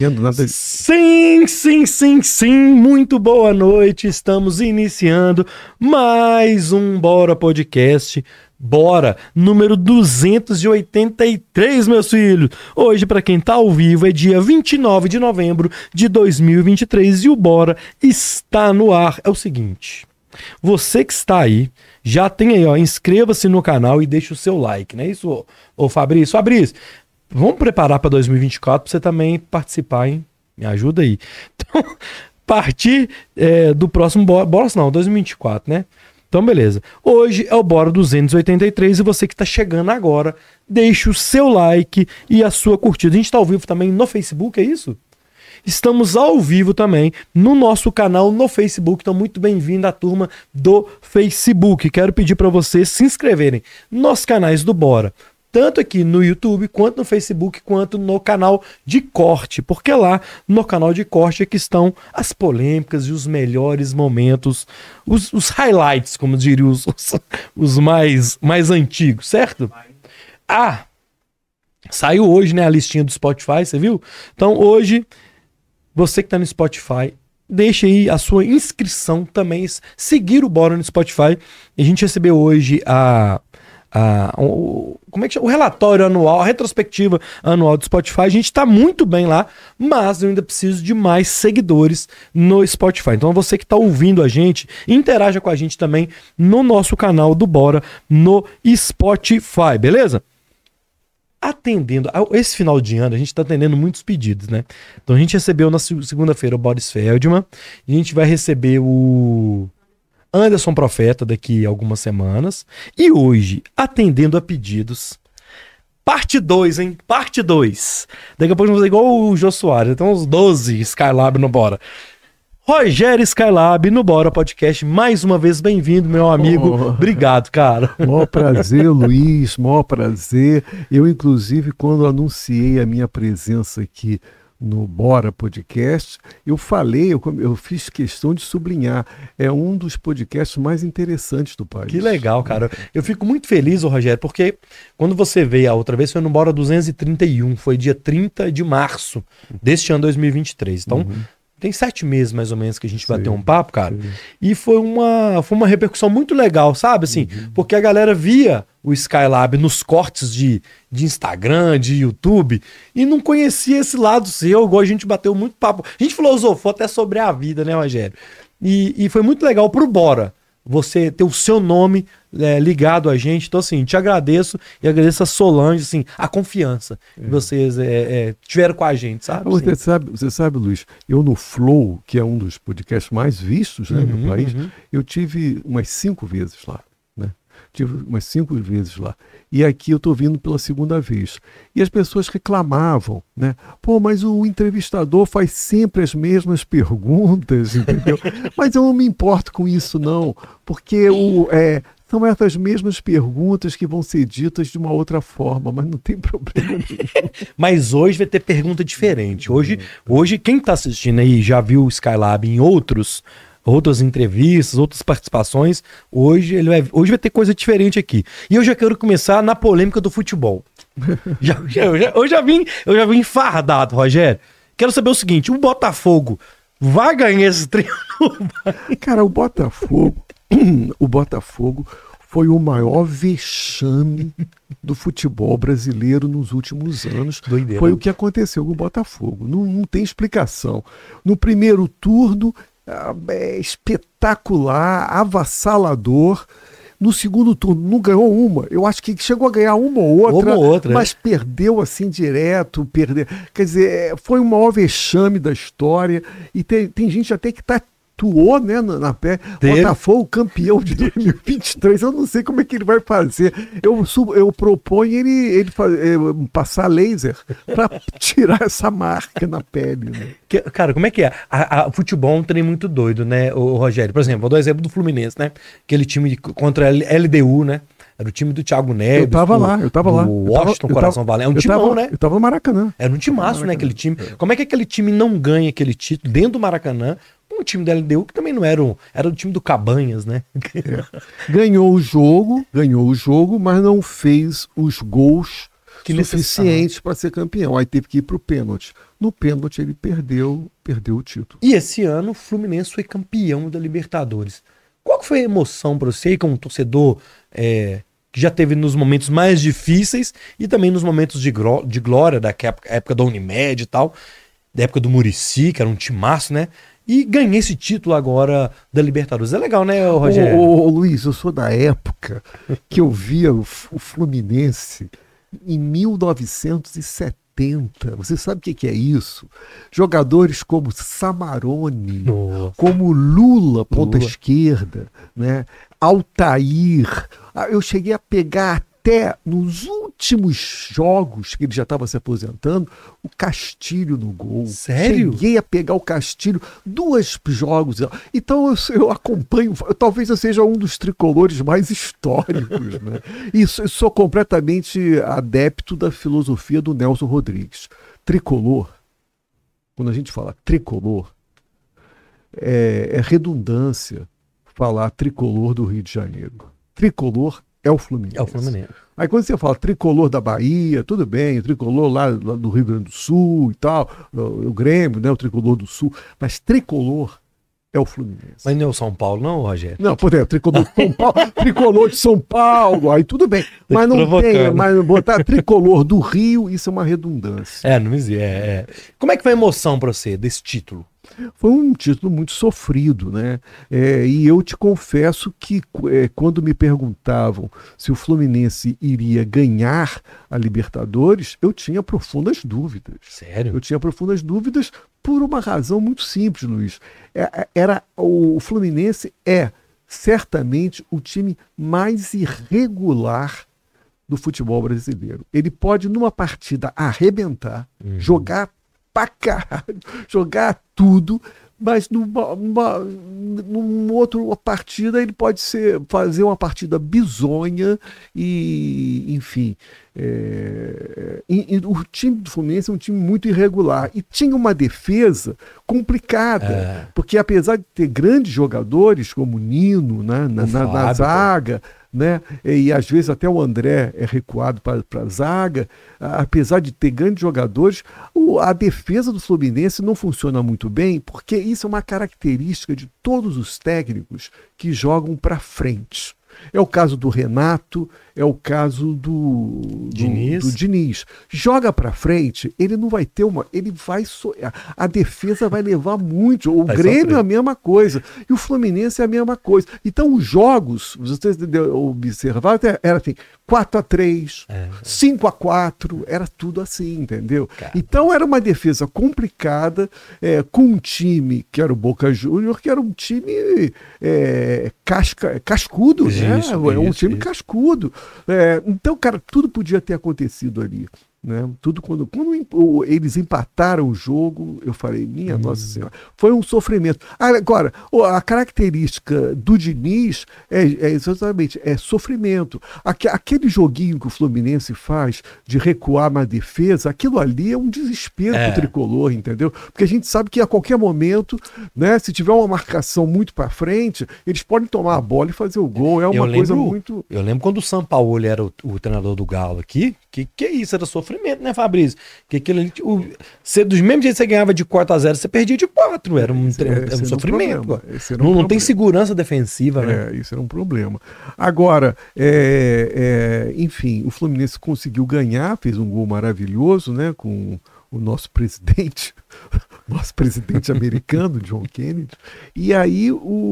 Sim, sim, sim, sim, muito boa noite, estamos iniciando mais um Bora Podcast, Bora, número 283, meus filhos. Hoje, para quem tá ao vivo, é dia 29 de novembro de 2023 e o Bora está no ar. É o seguinte, você que está aí, já tem aí, ó, inscreva-se no canal e deixa o seu like, não é isso, ô Fabrício? Fabrício, vamos preparar para 2024 para você também participar, hein? Me ajuda aí. Então, partir do próximo Bora, não, 2024, né? Então, beleza. Hoje é o Bora 283 e você que está chegando agora, deixa o seu like e a sua curtida. A gente está ao vivo também no Facebook, é isso? Estamos ao vivo também no nosso canal no Facebook. Então, muito bem-vindo à turma do Facebook. Quero pedir para vocês se inscreverem nos canais do Bora, tanto aqui no YouTube, quanto no Facebook, quanto no canal de corte, porque lá no canal de corte é que estão as polêmicas e os melhores momentos, os highlights, como diriam os mais antigos, certo? Ah, saiu hoje, né, a listinha do Spotify, você viu? Então hoje, você que está no Spotify, deixa aí a sua inscrição também, seguir o Bora no Spotify. A gente recebeu hoje como é que chama? O relatório anual, a retrospectiva anual do Spotify. A gente está muito bem lá, mas eu ainda preciso de mais seguidores no Spotify. Então você que está ouvindo a gente, interaja com a gente também no nosso canal do Bora no Spotify, beleza? Atendendo, esse final de ano a gente está atendendo muitos pedidos, né? Então a gente recebeu na segunda-feira o Boris Feldman, a gente vai receber o Anderson Profeta daqui a algumas semanas. E hoje, atendendo a pedidos, parte 2, hein? Parte 2. Daqui a pouco vamos fazer igual o Jô Soares. Então, uns 12 Skylab no Bora. Rogério Skylab no Bora Podcast. Mais uma vez, bem-vindo, meu amigo. Obrigado, cara. Maior prazer, Luiz. Maior prazer. Eu, inclusive, quando anunciei a minha presença aqui no Bora Podcast, eu falei, eu fiz questão de sublinhar, é um dos podcasts mais interessantes do país. Que legal, cara. Eu fico muito feliz, Rogério, porque quando você veio a outra vez, foi no Bora 231, foi dia 30 de março deste ano 2023. Então, tem 7 meses mais ou menos que a gente bateu um papo, cara. Sim. E foi uma repercussão muito legal, sabe? Assim, porque a galera via o Skylab nos cortes de Instagram, de YouTube, e não conhecia esse lado seu, igual a gente bateu muito papo. A gente filosofou até sobre a vida, né, Rogério? E foi muito legal pro Bora você ter o seu nome ligado a gente. Então, assim, te agradeço e agradeço a Solange, assim, a confiança que vocês tiveram com a gente, sabe? Você sabe, Luiz, eu no Flow, que é um dos podcasts mais vistos, né, no país, eu tive umas 5 vezes lá. Tive umas 5 vezes lá. E aqui eu estou vindo pela segunda vez. E as pessoas reclamavam, né? Pô, mas o entrevistador faz sempre as mesmas perguntas, entendeu? Mas eu não me importo com isso, não. Porque são essas mesmas perguntas que vão ser ditas de uma outra forma, mas não tem problema nenhum. Mas hoje vai ter pergunta diferente. Hoje quem está assistindo aí já viu o Skylab em outras entrevistas, outras participações. Hoje vai ter coisa diferente aqui. E eu já quero começar na polêmica do futebol. Eu já vim enfardado, Rogério. Quero saber o seguinte: o Botafogo vai ganhar esse treino? Cara, o Botafogo foi o maior vexame do futebol brasileiro nos últimos anos. Doideira. Foi o que aconteceu com o Botafogo. Não tem explicação. No primeiro turno, espetacular, avassalador. No segundo turno não ganhou uma. Eu acho que chegou a ganhar uma ou outra, mas perdeu assim direto. Quer dizer, foi o maior vexame da história. E tem gente até que tatuou, né, na pé. Botafogo campeão de 2023. Eu não sei como é que ele vai fazer. Eu proponho ele passar laser para tirar essa marca na pele. Né? Cara, como é que é? O futebol é um trem muito doido, né, o Rogério? Por exemplo, vou dar o exemplo do Fluminense, né? Aquele time contra a LDU, né? Era o time do Thiago Neves. Eu tava lá. O Washington Coração Valente. É um timão, né? Eu tava no Maracanã. Era um timaço, né, aquele time. Como é que aquele time não ganha aquele título dentro do Maracanã? Um time da LDU que também não era o time do Cabanhas, né? Ganhou o jogo, mas não fez os gols suficientes para ser campeão. Aí teve que ir para o pênalti. No pênalti ele perdeu o título. E esse ano o Fluminense foi campeão da Libertadores. Qual que foi a emoção para você, como torcedor, que já teve nos momentos mais difíceis e também nos momentos de glória, da época da Unimed e tal, da época do Muricy, que era um timaço, né? E ganhei esse título agora da Libertadores. É legal, né, Rogério? Ô, Luiz, eu sou da época que eu via o Fluminense em 1970. Você sabe o que é isso? Jogadores como Samarone, como Lula, ponta esquerda, né? Altair. Eu cheguei a pegar até nos últimos jogos que ele já estava se aposentando, o Castilho no gol. Sério? Cheguei a pegar o Castilho 2 jogos. Então eu acompanho, talvez eu seja um dos tricolores mais históricos, né? E sou completamente adepto da filosofia do Nelson Rodrigues. Tricolor, quando a gente fala tricolor, é redundância falar tricolor do Rio de Janeiro. Tricolor é o Fluminense. É o Fluminense. Aí quando você fala tricolor da Bahia, tudo bem, o tricolor lá do Rio Grande do Sul e tal, o Grêmio, né, o tricolor do Sul, mas tricolor é o Fluminense. Mas não é o São Paulo, não, Rogério? Não, por exemplo, tricolor de São Paulo, tricolor de São Paulo, aí tudo bem. Mas não tem, mas botar tricolor do Rio, isso é uma redundância. Não existe. Como é que foi a emoção para você desse título? Foi um título muito sofrido, né? E eu te confesso que quando me perguntavam se o Fluminense iria ganhar a Libertadores, eu tinha profundas dúvidas. Sério? Eu tinha profundas dúvidas por uma razão muito simples, Luiz. O Fluminense é certamente o time mais irregular do futebol brasileiro. Ele pode, numa partida, arrebentar, jogar pra caralho, jogar tudo, mas numa outra partida ele pode fazer uma partida bizonha e, enfim, o time do Fluminense é um time muito irregular e tinha uma defesa complicada, porque apesar de ter grandes jogadores como Nino, né, na zaga, né? E às vezes até o André é recuado para a zaga, apesar de ter grandes jogadores, a defesa do Fluminense não funciona muito bem, porque isso é uma característica de todos os técnicos que jogam para frente. É o caso do Renato, é o caso do Diniz. Joga para frente, ele não vai ter a defesa vai levar muito. O Grêmio é a mesma coisa e o Fluminense é a mesma coisa. Então os jogos, vocês observaram, era assim, 4-3, 5-4, era tudo assim, entendeu? Cara. Então era uma defesa complicada, com um time que era o Boca Juniors, que era um time cascudo, né? Um time cascudo. Então, cara, tudo podia ter acontecido ali. Né? Tudo quando eles empataram o jogo, eu falei, minha Nossa Senhora, foi um sofrimento. Agora, a característica do Diniz é exatamente sofrimento. Aquele joguinho que o Fluminense faz de recuar na defesa, aquilo ali é um desespero pro tricolor, entendeu? Porque a gente sabe que a qualquer momento, né, se tiver uma marcação muito para frente, eles podem tomar a bola e fazer o gol. Coisa muito. Eu lembro quando o Sampaoli era o treinador do Galo aqui, que é isso? Era sofrimento, né, Fabrício? Do mesmo jeito que você ganhava de 4-0, você perdia de 4. Era um sofrimento. Não tem segurança defensiva, né? Isso era um problema. Agora, enfim, o Fluminense conseguiu ganhar, fez um gol maravilhoso, né, com o nosso presidente americano, John Kennedy. E aí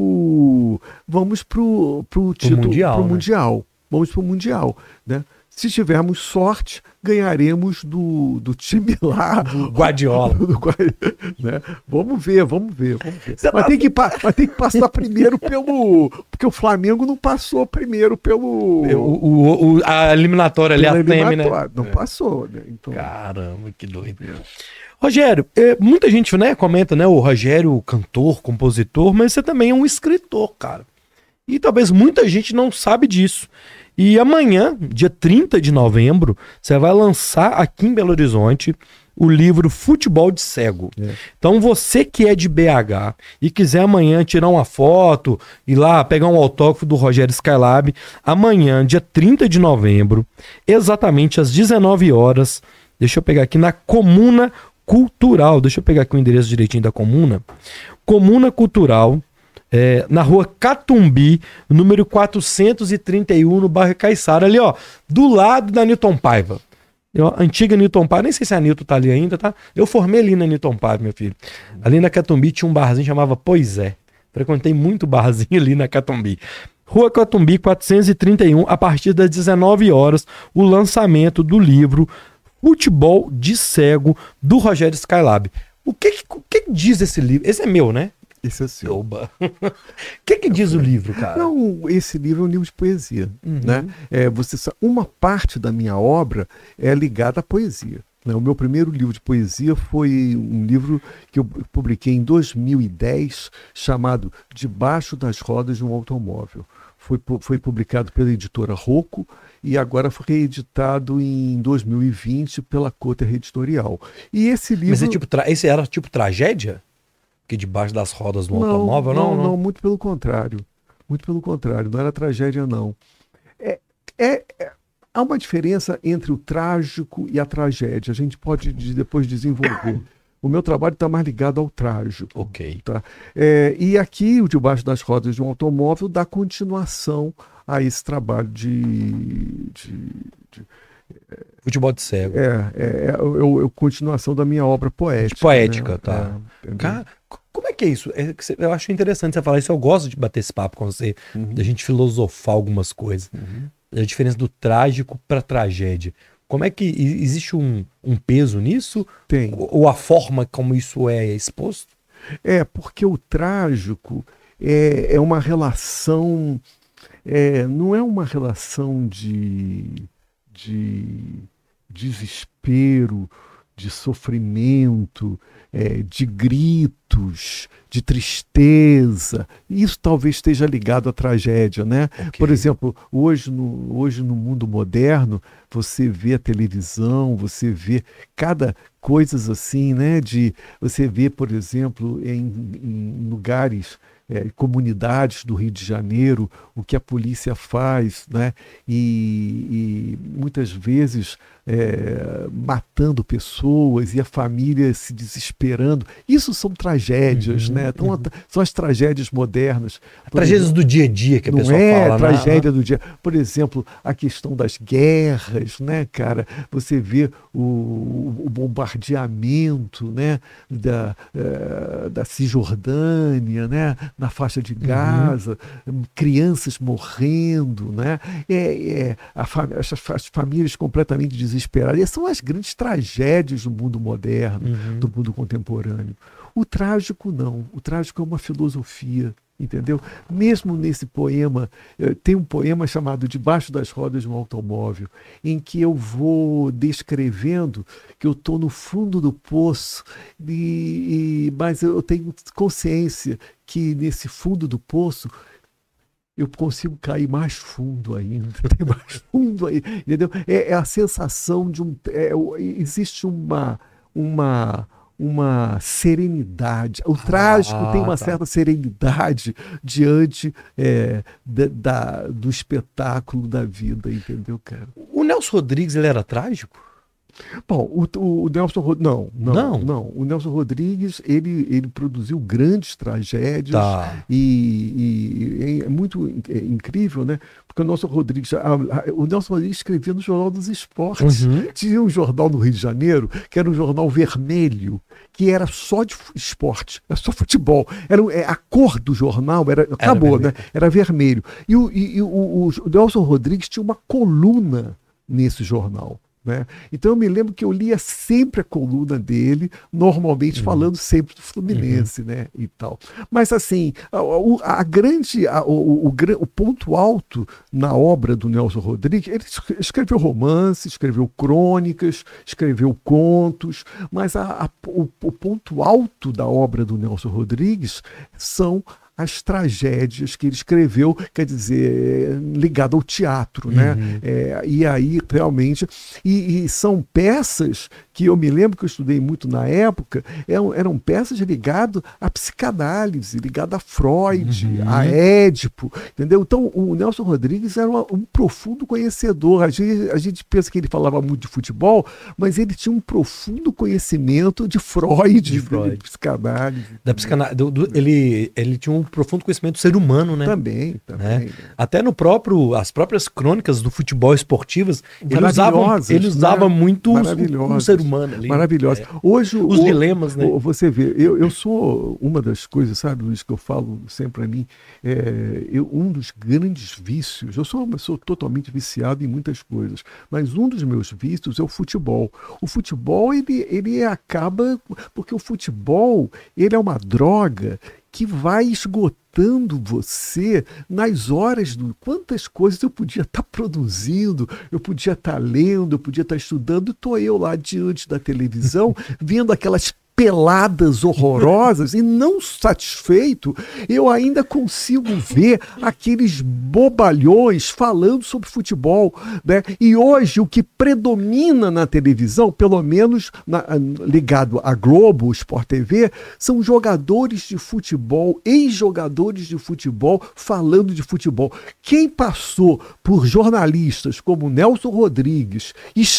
vamos pro título, Mundial, pro Mundial. Vamos pro Mundial, né? Se tivermos sorte, ganharemos do time lá. Do Guardiola. Né? Vamos ver. Mas tem que passar primeiro porque o Flamengo não passou primeiro a eliminatória ali, a semi, né? Não passou, né? Então... Caramba, que doido. Rogério, muita gente, né, comenta, né, o Rogério, cantor, compositor, mas você também é um escritor, cara. E talvez muita gente não sabe disso. E amanhã, dia 30 de novembro, você vai lançar aqui em Belo Horizonte o livro Futebol de Cego. Então você que é de BH e quiser amanhã tirar uma foto, ir lá pegar um autógrafo do Rogério Skylab, amanhã, dia 30 de novembro, exatamente às 19 horas, deixa eu pegar aqui na Comuna Cultural, deixa eu pegar aqui o endereço direitinho da Comuna. Comuna Cultural, na rua Catumbi, número 431, no bairro Caiçara, ali ó, do lado da Newton Paiva. Antiga Newton Paiva, nem sei se a Newton tá ali ainda, tá? Eu formei ali na Newton Paiva, meu filho. Ali na Catumbi tinha um barzinho que chamava Pois É. Frequentei muito barzinho ali na Catumbi. Rua Catumbi, 431, a partir das 19 horas, o lançamento do livro Futebol de Cego, do Rogério Skylab. O que diz esse livro? Esse é meu, né? Esse é seu. O que diz o livro, cara? Não, esse livro é um livro de poesia, né? Uma parte da minha obra é ligada à poesia. Né? O meu primeiro livro de poesia foi um livro que eu publiquei em 2010, chamado Debaixo das Rodas de um Automóvel. Foi publicado pela editora Rocco e agora foi reeditado em 2020 pela Cotter Editorial. E esse livro... Mas esse era tipo tragédia? Que debaixo das rodas do automóvel? Não, muito pelo contrário. Muito pelo contrário, não era tragédia, não. Há uma diferença entre o trágico e a tragédia. A gente pode depois desenvolver. O meu trabalho está mais ligado ao trágico. Ok. Tá? E aqui, o Debaixo das Rodas de um Automóvel dá continuação a esse trabalho de Futebol de Cego. Continuação da minha obra poética. Poética, né? Tá. Cara, como é que é isso? Eu acho interessante você falar isso. Eu gosto de bater esse papo com você, da gente filosofar algumas coisas. A diferença do trágico para tragédia. Como é que existe um peso nisso? Tem. Ou a forma como isso é exposto? Porque o trágico é uma relação, não é uma relação de desespero, de sofrimento, de gritos, de tristeza. Isso talvez esteja ligado à tragédia, né? Okay. Por exemplo, hoje no mundo moderno, você vê a televisão, você vê cada coisas assim, né? Você vê, por exemplo, em lugares, comunidades do Rio de Janeiro, o que a polícia faz, né? E muitas vezes matando pessoas e a família se desesperando. Isso são tragédias, né? Então, são as tragédias modernas. Tragédias do dia a dia que a pessoa fala. Não é tragédia do dia. Por exemplo, a questão das guerras, né, cara? Você vê o bombardeamento, né, da Cisjordânia, né, na faixa de Gaza, crianças morrendo, né? As famílias completamente desesperadas. Essas são as grandes tragédias do mundo moderno, do mundo contemporâneo. O trágico não. O trágico é uma filosofia, entendeu? Mesmo nesse poema, tem um poema chamado Debaixo das Rodas de um Automóvel, em que eu vou descrevendo que eu estou no fundo do poço, mas eu tenho consciência que nesse fundo do poço eu consigo cair mais fundo ainda, tem mais fundo aí, entendeu? É a sensação de existe uma serenidade. O trágico tem uma certa serenidade diante do espetáculo da vida, entendeu, cara? O Nelson Rodrigues, ele era trágico? Bom, o Nelson Rodrigues. Não. O Nelson Rodrigues, ele produziu grandes tragédias. Tá. E é muito incrível, né? Porque o Nelson Rodrigues escrevia no Jornal dos Esportes. Tinha um jornal no Rio de Janeiro, que era um jornal vermelho, que era só de esporte, era só futebol. A cor do jornal acabou, né? Era vermelho. E o Nelson Rodrigues tinha uma coluna nesse jornal. Né? Então eu me lembro que eu lia sempre a coluna dele, normalmente falando sempre do Fluminense, né? E tal. Mas assim, o ponto alto na obra do Nelson Rodrigues, ele escreveu romance, escreveu crônicas, escreveu contos, mas o ponto alto da obra do Nelson Rodrigues são as tragédias que ele escreveu, quer dizer, ligado ao teatro, né? E aí, realmente, e são peças que eu me lembro que eu estudei muito na época, eram peças ligadas à psicanálise, ligadas a Freud, a Édipo, entendeu? Então, o Nelson Rodrigues era um profundo conhecedor. A gente pensa que ele falava muito de futebol, mas ele tinha um profundo conhecimento de Freud, de psicanálise. Da psicanálise, ele tinha um profundo conhecimento do ser humano, né? Também. Né? Até as próprias crônicas do futebol esportivas, ele usava muito o ser humano ali. Maravilhosa. Hoje, os dilemas, né? Você vê, eu sou uma das coisas, sabe, Luiz, que eu falo sempre para mim, um dos grandes vícios, eu sou totalmente viciado em muitas coisas, mas um dos meus vícios é o futebol. O futebol, ele acaba, porque o futebol, ele é uma droga que vai esgotando você nas horas quantas coisas eu podia estar produzindo, eu podia estar lendo, eu podia estar estudando, e estou eu lá diante da televisão, vendo aquelas peladas horrorosas, e não satisfeito, eu ainda consigo ver aqueles bobalhões falando sobre futebol, né? E hoje o que predomina na televisão, pelo menos ligado à Globo, Sport TV, são jogadores de futebol, ex-jogadores de futebol falando de futebol. Quem passou por jornalistas como Nelson Rodrigues,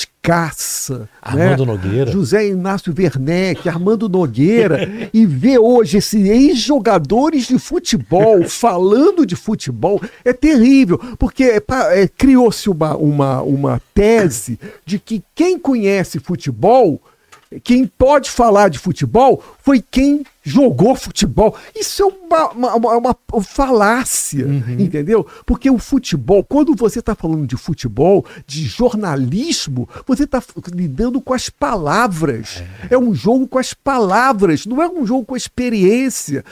Caça, Armando Nogueira, José Inácio Werneck, Armando Nogueira, e ver hoje esses ex-jogadores de futebol falando de futebol é terrível, porque criou-se uma tese de que quem conhece futebol, quem pode falar de futebol, foi quem jogou futebol. Isso é uma falácia, entendeu? Porque o futebol, quando você está falando de futebol, de jornalismo, você está lidando com as palavras. É um jogo com as palavras, não é um jogo com a experiência.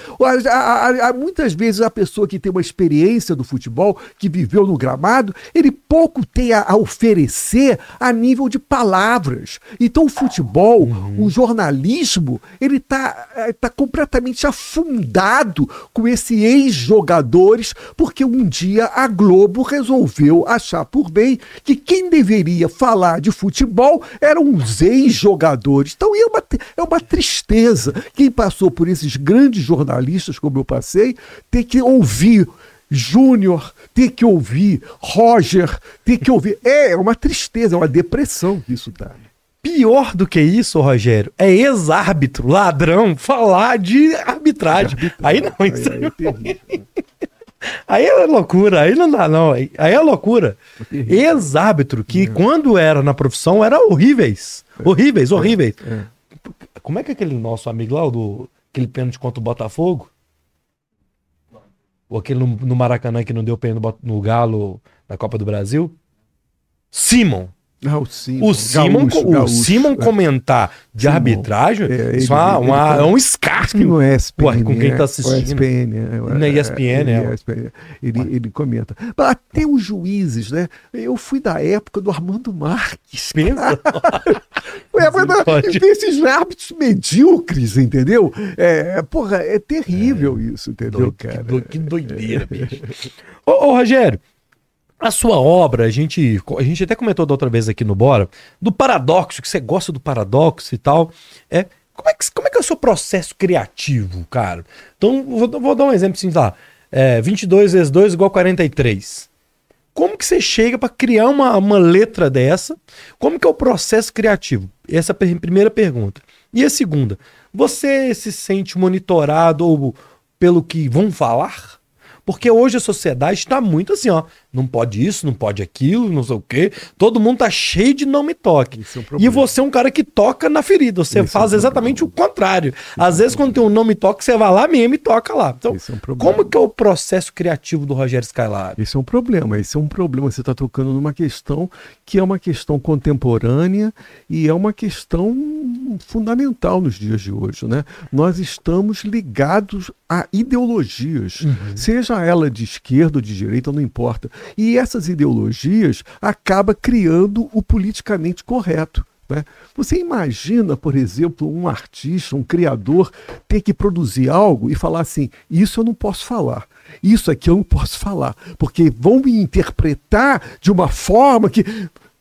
Muitas vezes a pessoa que tem uma experiência do futebol, que viveu no gramado, ele pouco tem a oferecer a nível de palavras. Então o futebol, o jornalismo, ele está completamente afundado com esses ex-jogadores, porque um dia a Globo resolveu achar por bem que quem deveria falar de futebol eram os ex-jogadores. Então é uma tristeza. Quem passou por esses grandes jornalistas, como eu passei, ter que ouvir Júnior, ter que ouvir Roger, ter que ouvir... É uma tristeza, é uma depressão que isso dá. Pior do que isso, Rogério, é ex-árbitro, ladrão, falar de arbitragem. Aí não, isso aí é loucura, aí não dá não, aí é loucura. Ex-árbitro que quando era na profissão era horríveis. Como é que aquele nosso amigo lá, aquele pênalti contra o Botafogo? Ou aquele no Maracanã que não deu pênalti no Galo na Copa do Brasil? Simon. O Simon comentar de arbitragem, isso é um escárnio. No ESPN, com quem está assistindo. Na ESPN, ele comenta. Até os juízes, né? Eu fui da época do Armando Marques. Pensa? Esses árbitros medíocres, entendeu? É terrível isso, entendeu, cara? Que doideira, bicho. Ô, Rogério, a sua obra, a gente até comentou da outra vez aqui no Bora, do paradoxo, que você gosta do paradoxo e tal. Como é que é o seu processo criativo, cara? Então, vou dar um exemplo assim, lá. 22 vezes 2 igual 43. Como que você chega para criar uma letra dessa? Como que é o processo criativo? Essa é a primeira pergunta. E a segunda, você se sente monitorado ou pelo que vão falar? Porque hoje a sociedade está muito assim, ó, não pode isso, não pode aquilo, não sei o quê. Todo mundo tá cheio de não me toque. E você é um cara que toca na ferida, você faz exatamente o contrário. Às vezes quando tem um não me toque, você vai lá mesmo e toca lá. Então, como que é o processo criativo do Rogério Skylab? Esse é um problema, você está tocando numa questão que é uma questão contemporânea e é uma questão fundamental nos dias de hoje, né? Nós estamos ligados a ideologias, seja ela de esquerda ou de direita, não importa. E essas ideologias acabam criando o politicamente correto, né? Você imagina, por exemplo, um artista, um criador, ter que produzir algo e falar assim, isso eu não posso falar, isso aqui eu não posso falar, porque vão me interpretar de uma forma que...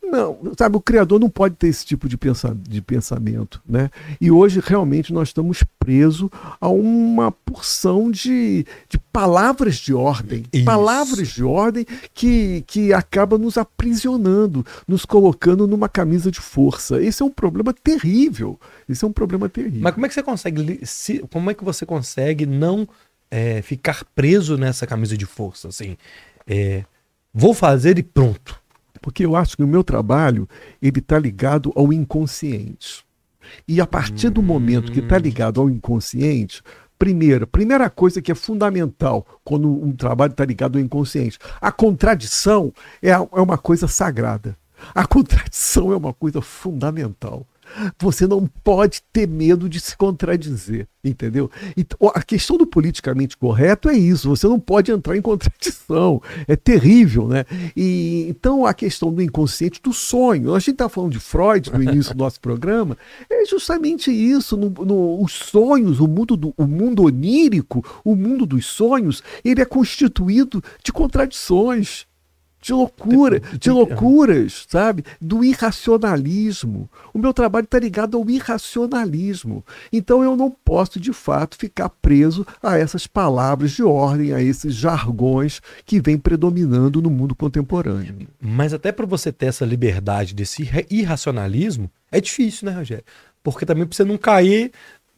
Não, sabe, o criador não pode ter esse tipo de pensamento, né? E hoje realmente nós estamos presos a uma porção de palavras de ordem. Isso. Palavras de ordem que acaba nos aprisionando, nos colocando numa camisa de força. Esse é um problema terrível. Esse é um problema terrível. Mas como é que você consegue não ficar preso nessa camisa de força? Assim, vou fazer e pronto. Porque eu acho que o meu trabalho ele está ligado ao inconsciente. E a partir do momento que está ligado ao inconsciente, primeira coisa que é fundamental quando um trabalho está ligado ao inconsciente, a contradição é uma coisa sagrada. A contradição é uma coisa fundamental. Você não pode ter medo de se contradizer, entendeu? Então, a questão do politicamente correto é isso, você não pode entrar em contradição, é terrível, né? E então a questão do inconsciente, do sonho, a gente está falando de Freud no início do nosso programa, é justamente isso, os sonhos, o mundo onírico, o mundo dos sonhos, ele é constituído de contradições. De loucuras, sabe? Do irracionalismo. O meu trabalho está ligado ao irracionalismo. Então eu não posso, de fato, ficar preso a essas palavras de ordem, a esses jargões que vêm predominando no mundo contemporâneo. Mas até para você ter essa liberdade desse irracionalismo, é difícil, né, Rogério? Porque também para você não cair...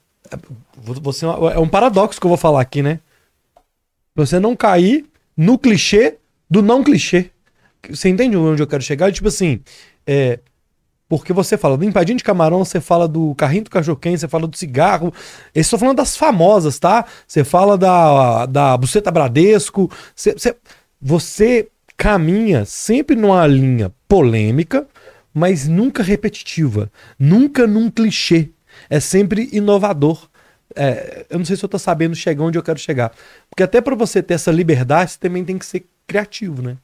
é um paradoxo que eu vou falar aqui, né? Pra você não cair no clichê do não clichê. Você entende onde eu quero chegar? Tipo assim, porque você fala do empadinho de camarão, você fala do carrinho do cachorro-quente, você fala do cigarro. Eu estou falando das famosas, tá? Você fala da buceta Bradesco. Você caminha sempre numa linha polêmica, mas nunca repetitiva. Nunca num clichê. É sempre inovador. Eu não sei se eu tô sabendo chegar onde eu quero chegar. Porque até para você ter essa liberdade, você também tem que ser criativo, né?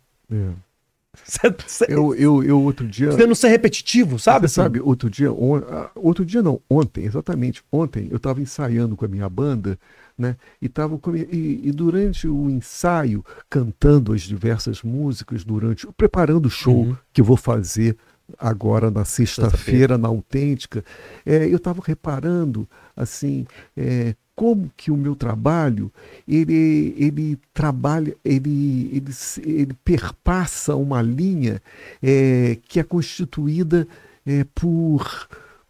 Eu outro dia... Você não ser repetitivo, sabe? Você sabe, ontem, exatamente, ontem eu estava ensaiando com a minha banda, né? E durante o ensaio, cantando as diversas músicas, preparando o show que eu vou fazer agora na sexta-feira, na Autêntica, eu estava reparando, assim, como que o meu trabalho, ele perpassa uma linha que é constituída por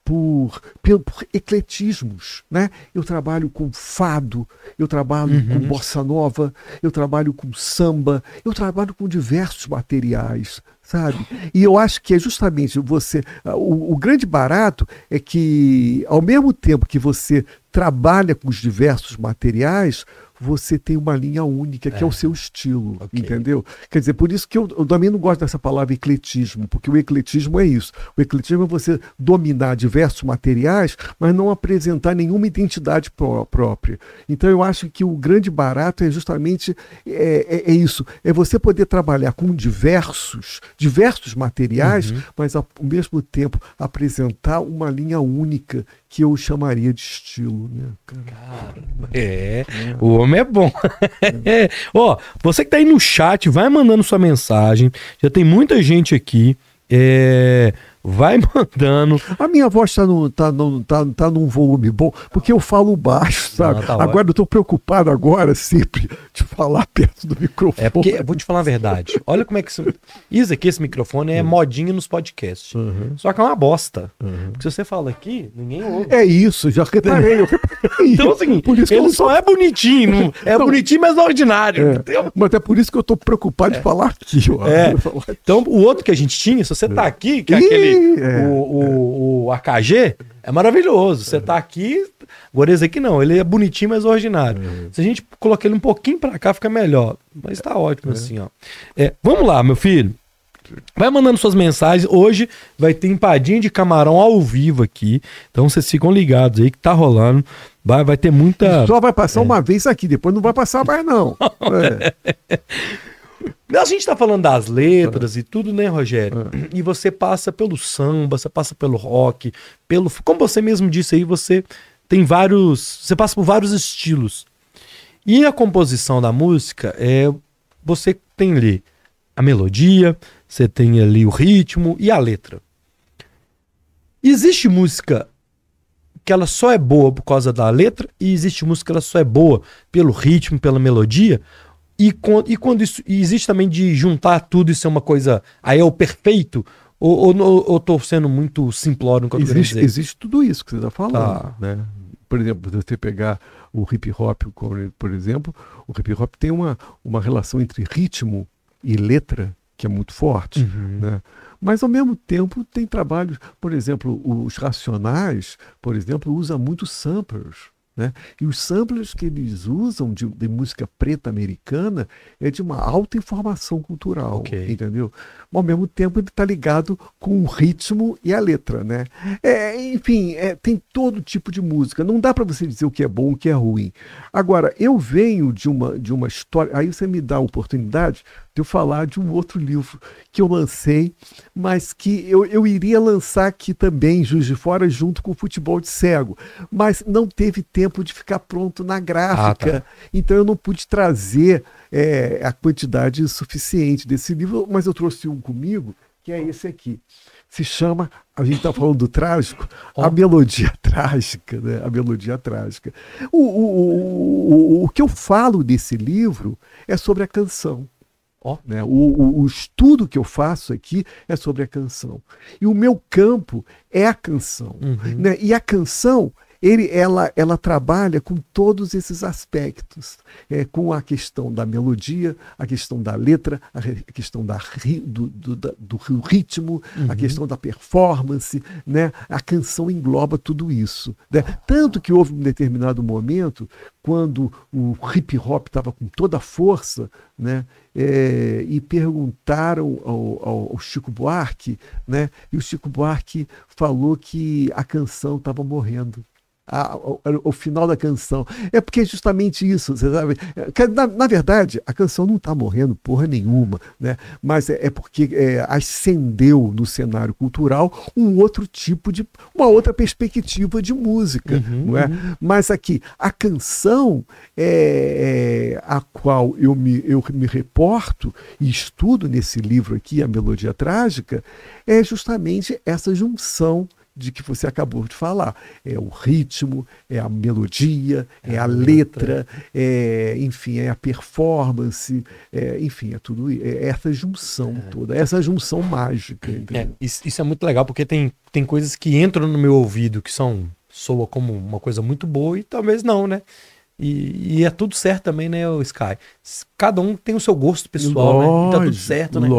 ecletismos, né? Eu trabalho com fado, eu trabalho com bossa nova, eu trabalho com samba, eu trabalho com diversos materiais, sabe? E eu acho que é justamente o grande barato é que, ao mesmo tempo que você trabalha com os diversos materiais, você tem uma linha única, que é o seu estilo, entendeu? Quer dizer, por isso que eu também não gosto dessa palavra ecletismo, porque o ecletismo é isso. O ecletismo é você dominar diversos materiais, mas não apresentar nenhuma identidade própria. Então eu acho que o grande barato é justamente isso, é você poder trabalhar com diversos materiais, mas ao mesmo tempo apresentar uma linha única, que eu chamaria de estilo, né? Cara, o homem é bom. Ó, você que tá aí no chat, vai mandando sua mensagem. Já tem muita gente aqui. Vai mandando. A minha voz tá num volume bom, porque eu falo baixo, sabe? Tá agora ótimo. eu tô preocupado sempre de falar perto do microfone. Porque, eu vou te falar a verdade. Olha como é que isso aqui, esse microfone é modinha nos podcasts. Só que é uma bosta. Porque se você fala aqui, ninguém ouve. É isso, já reparei. Então, assim, por isso ele só é bonitinho. Bonitinho, mas ordinário. Entendeu? Mas é por isso que eu tô preocupado de falar aqui. Então, o outro que a gente tinha, se você tá aqui, que é aquele... O AKG é maravilhoso. Você tá aqui, agora esse aqui não, ele é bonitinho, mas ordinário. Se a gente colocar ele um pouquinho pra cá, fica melhor. Mas tá ótimo assim, ó. Vamos lá, meu filho. Vai mandando suas mensagens. Hoje vai ter empadinha de camarão ao vivo aqui. Então vocês ficam ligados aí que tá rolando. Vai ter muita... Só vai passar uma vez aqui, depois não vai passar mais não. A gente tá falando das letras e tudo, né, Rogério? E você passa pelo samba, você passa pelo rock, como você mesmo disse aí, você passa por vários estilos. E a composição da música, você tem ali a melodia, você tem ali o ritmo e a letra. Existe música que ela só é boa por causa da letra e existe música que ela só é boa pelo ritmo, pela melodia. E quando isso e existe também de juntar tudo e ser uma coisa, aí é o perfeito, ou tô sendo muito simplório no que eu tô querendo dizer? Existe tudo isso que você está falando, Tá. né? Por exemplo, se você pegar o hip hop, por exemplo, o hip hop tem uma relação entre ritmo e letra que é muito forte, né? Mas ao mesmo tempo tem trabalhos, por exemplo, os Racionais, por exemplo, usam muito samplers, né? E os samplers que eles usam de música preta americana é de uma alta informação cultural, Ok. entendeu? Ao mesmo tempo ele está ligado com o ritmo e a letra, né? Enfim, tem todo tipo de música. Não dá para você dizer o que é bom, o que é ruim. Agora, eu venho de uma história. Aí você me dá a oportunidade de eu falar de um outro livro que eu lancei, mas que eu iria lançar aqui também, em Juiz de Fora, junto com o Futebol de Cego. Mas não teve tempo de ficar pronto na gráfica. Então eu não pude trazer a quantidade suficiente desse livro, mas eu trouxe um comigo, que é esse aqui. Se chama, a gente está falando do trágico, A Melodia Trágica, né? A Melodia Trágica. O que eu falo desse livro é sobre a canção. Né? O estudo que eu faço aqui é sobre a canção. E o meu campo é a canção. Né? E a canção, ela trabalha com todos esses aspectos, com a questão da melodia, a questão da letra, a questão do ritmo, a questão da performance, né? A canção engloba tudo isso, né? Tanto que houve um determinado momento, quando o hip hop estava com toda a força, né? E perguntaram ao Chico Buarque, né? E o Chico Buarque falou que a canção estava morrendo. O final da canção. É porque é justamente isso, você sabe? Na verdade, a canção não está morrendo porra nenhuma, né? Mas é porque ascendeu no cenário cultural uma outra perspectiva de música, não é? Mas aqui, a canção a qual eu me reporto e estudo nesse livro aqui, A Melodia Trágica, é justamente essa junção de que você acabou de falar. É o ritmo, é a melodia, é a letra, enfim, é a performance, enfim, é tudo essa junção toda, essa junção mágica. Isso é muito legal, porque tem coisas que entram no meu ouvido que soa como uma coisa muito boa e talvez não, né? E é tudo certo também, né, o Sky? Cada um tem o seu gosto pessoal, né? E tá tudo certo, né?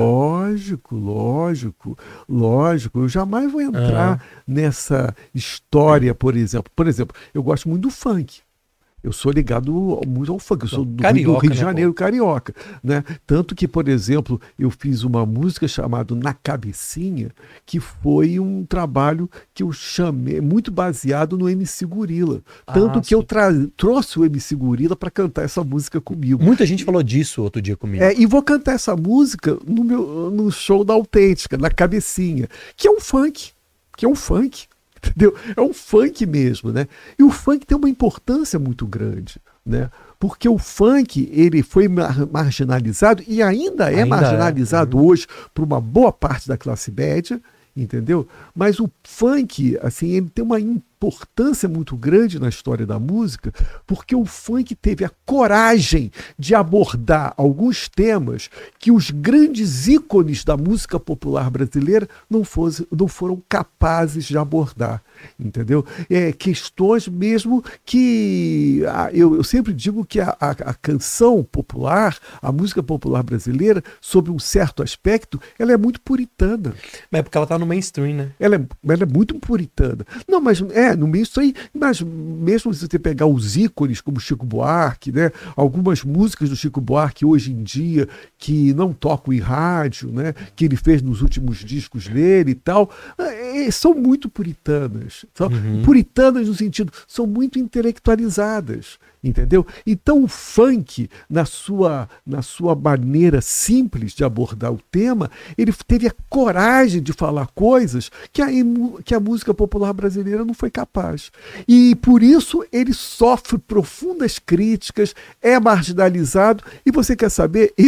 Lógico. Eu jamais vou entrar nessa história, por exemplo. Por exemplo, eu gosto muito do funk. Eu sou ligado muito ao funk, eu sou do Rio de Janeiro, carioca, né? Tanto que, por exemplo, eu fiz uma música chamada Na Cabecinha, que foi um trabalho que eu chamei, muito baseado no MC Gorila. Tanto que eu trouxe o MC Gorila para cantar essa música comigo. Muita gente falou disso outro dia comigo. E vou cantar essa música no show da Autêntica, Na Cabecinha, que é um funk. Entendeu? É um funk mesmo, né? E o funk tem uma importância muito grande, né? Porque o funk, ele foi marginalizado e ainda é marginalizado hoje por uma boa parte da classe média, entendeu? Mas o funk, assim, ele tem uma importância muito grande na história da música, porque o funk teve a coragem de abordar alguns temas que os grandes ícones da música popular brasileira não foram capazes de abordar, entendeu? Questões mesmo que eu sempre digo que a canção popular, a música popular brasileira, sob um certo aspecto, ela é muito puritana. Mas é porque ela tá no mainstream, né? Ela é muito puritana. Não, mas no mainstream, mas mesmo se você pegar os ícones como Chico Buarque, né? Algumas músicas do Chico Buarque hoje em dia que não tocam em rádio, né? Que ele fez nos últimos discos dele e tal, são muito puritanas. São puritanas no sentido, são muito intelectualizadas. Entendeu? Então o funk, na sua maneira simples de abordar o tema, ele teve a coragem de falar coisas que a música popular brasileira não foi capaz. E por isso ele sofre profundas críticas, é marginalizado. E você quer saber? Eu,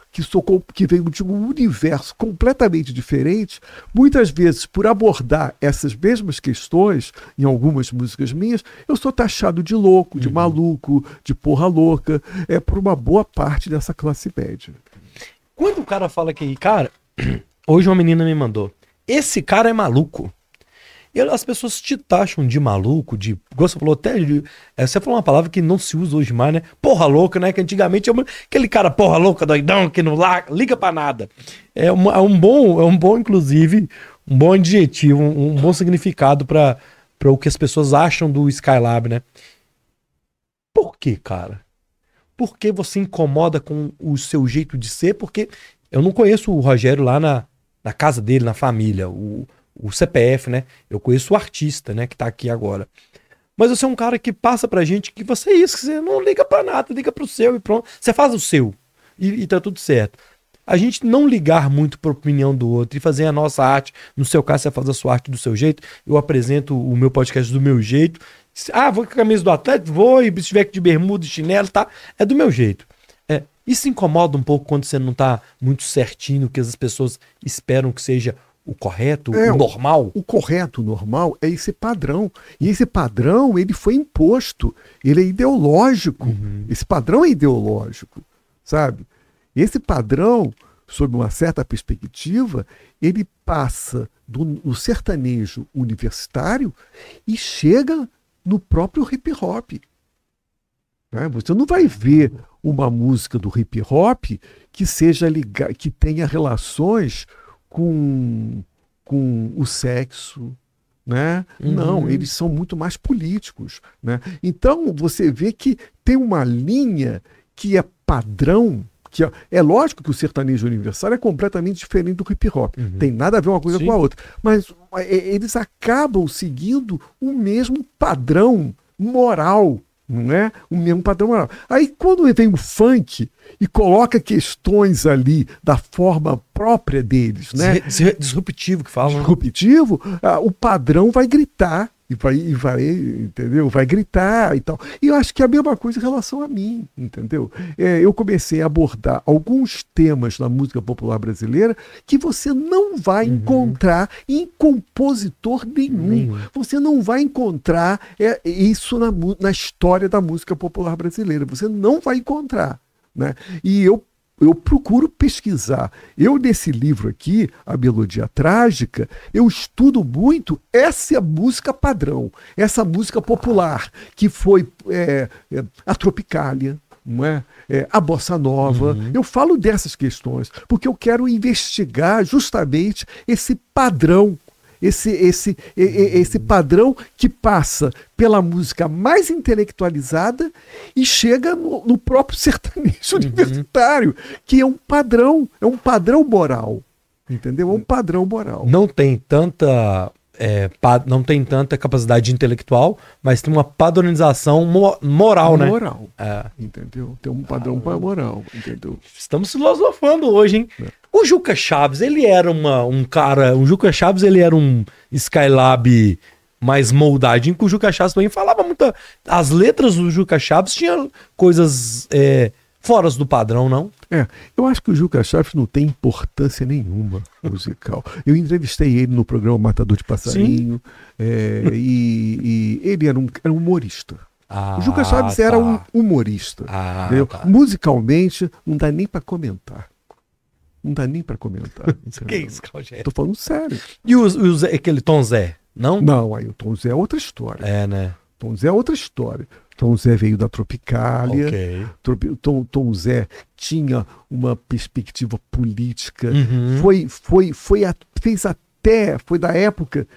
que veio de um universo completamente diferente, muitas vezes por abordar essas mesmas questões em algumas músicas minhas, eu sou taxado de louco, de maluco, de porra louca, por uma boa parte dessa classe média. Quando o cara fala que, cara, hoje uma menina me mandou, esse cara é maluco. E as pessoas te taxam de maluco, de. Você falou até. Você falou uma palavra que não se usa hoje mais, né? Porra louca, né? Que antigamente aquele cara porra louca, doidão, que não liga pra nada. É um bom, inclusive, um bom adjetivo, um bom significado para o que as pessoas acham do Skylab, né? Por que, cara? Por que você incomoda com o seu jeito de ser? Porque eu não conheço o Rogério lá na casa dele, na família, o CPF, né? Eu conheço o artista, né? Que tá aqui agora. Mas você é um cara que passa pra gente que você é isso, que você não liga pra nada, liga pro seu e pronto. Você faz o seu e tá tudo certo. A gente não ligar muito pra opinião do outro e fazer a nossa arte, no seu caso você faz a sua arte do seu jeito, eu apresento o meu podcast do meu jeito. Vou com a camisa do Atlético, vou, e se tiver de bermuda e chinelo, tá? É do meu jeito. Isso incomoda um pouco quando você não tá muito certinho, que as pessoas esperam que seja o correto, o normal? O correto, o normal é esse padrão. E esse padrão, ele foi imposto. Ele é ideológico. Esse padrão é ideológico, sabe? Esse padrão, sob uma certa perspectiva, ele passa do sertanejo universitário e chega no próprio hip hop. Né? Você não vai ver uma música do hip hop que seja ligada, que tenha relações com o sexo, né? Não, eles são muito mais políticos, né? Então você vê que tem uma linha que é padrão, que é lógico que o sertanejo universal é completamente diferente do hip hop, tem nada a ver uma coisa com a outra, mas eles acabam seguindo o mesmo padrão moral, não é? O mesmo padrão moral. Aí quando vem o funk e coloca questões ali da forma própria deles, né? Disruptivo que falam. Disruptivo, o padrão vai gritar e vai, entendeu? Vai gritar e tal. E eu acho que é a mesma coisa em relação a mim, entendeu? Eu comecei a abordar alguns temas na música popular brasileira que você não vai encontrar em compositor nenhum. Você não vai encontrar isso na história da música popular brasileira. Você não vai encontrar, né? E eu procuro pesquisar. Nesse livro aqui, A Melodia Trágica, eu estudo muito essa música padrão, essa música popular, que foi a Tropicália, não é? A Bossa Nova. Eu falo dessas questões, porque eu quero investigar justamente esse padrão, esse padrão que passa pela música mais intelectualizada e chega no próprio sertanejo universitário, que é um padrão moral, entendeu? É um padrão moral. Não tem tanta capacidade intelectual, mas tem uma padronização moral, né? Moral, entendeu? Tem um padrão moral, entendeu? Estamos filosofando hoje, hein? O Juca Chaves, ele era o Juca Chaves, ele era um Skylab mais moldadinho, que o Juca Chaves também falava muito. As letras do Juca Chaves tinham coisas fora do padrão, não? Eu acho que o Juca Chaves não tem importância nenhuma musical. Eu entrevistei ele no programa Matador de Passarinho, e ele era um humorista. O Juca Chaves era um humorista. Musicalmente, não dá nem para comentar. Não dá nem para comentar. Que é isso, Rogério? Tô falando sério. E aquele Tom Zé, não? Não, aí o Tom Zé é outra história. Né? Tom Zé é outra história. Tom Zé veio da Tropicália. Tom Zé tinha uma perspectiva política. Foi da época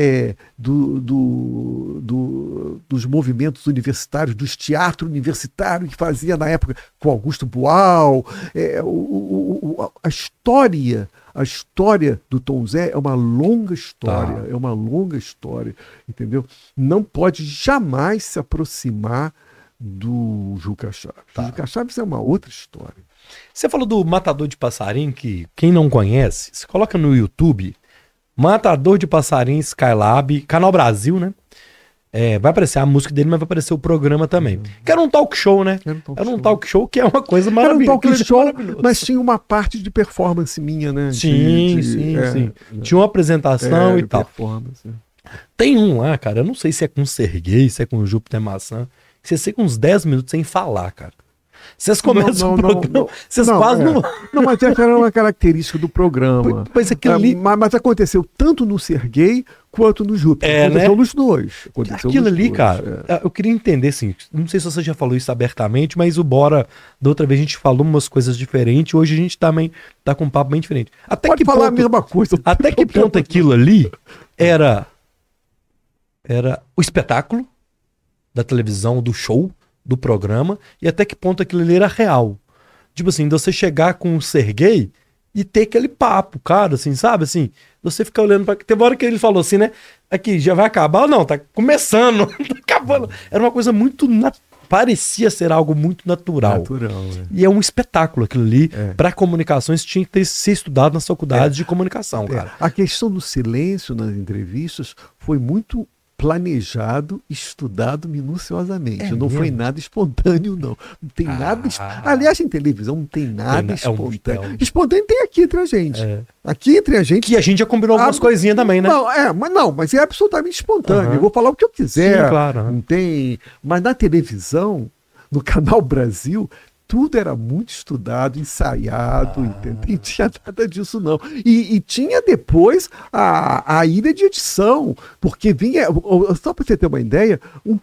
dos movimentos universitários, dos teatros universitários que fazia na época com Augusto Boal. A história do Tom Zé é uma longa história, entendeu? Não pode jamais se aproximar do Juca Chaves. O Juca Chaves é uma outra história. Você falou do Matador de Passarinho, que quem não conhece, você coloca no YouTube, Matador de Passarinho Skylab, Canal Brasil, né? vai aparecer a música dele, mas vai aparecer o programa também. Que era um talk show, né? Era um talk show que é uma coisa maravilhosa. Era um talk show, mas tinha uma parte de performance minha, né? Sim. Tinha uma apresentação e tal. Tem um lá, cara, eu não sei se é com o Serguei, se é com o Júpiter Maçã, que você fica uns 10 minutos sem falar, cara. Vocês começam o programa, vocês quase não... Não, mas essa era uma característica do programa. Pois aquilo ali... Mas aconteceu tanto no Serguei quanto no Júpiter. Aconteceu nos dois. Aquilo ali, cara, eu queria entender, assim, não sei se você já falou isso abertamente, mas o Bora, da outra vez a gente falou umas coisas diferentes, hoje a gente também tá com um papo bem diferente. Pode falar a mesma coisa. Até que ponto aquilo ali era o espetáculo da televisão, do show, do programa, e até que ponto aquilo ali era real. Tipo assim, de você chegar com o Serguei e ter aquele papo, cara, assim, sabe? Assim, você ficar olhando pra... Teve uma hora que ele falou assim, né? Aqui, já vai acabar? Ou não, tá começando, tá acabando. Era uma coisa muito... Parecia ser algo muito natural. E é um espetáculo aquilo ali. Para comunicações tinha que ser estudado nas faculdades de comunicação, cara. A questão do silêncio nas entrevistas foi muito planejado, estudado minuciosamente. Não foi nada espontâneo, não. Não tem nada... Aliás, em televisão não tem nada espontâneo. Espontâneo tem aqui entre a gente. Aqui entre a gente... Que a gente já combinou algumas coisinhas também, né? Mas é absolutamente espontâneo. Eu vou falar o que eu quiser. Sim, claro. Não tem... Mas na televisão, no Canal Brasil... Tudo era muito estudado, ensaiado, entendeu? Não tinha nada disso, não. E tinha depois a ilha de edição, porque vinha, só para você ter uma ideia,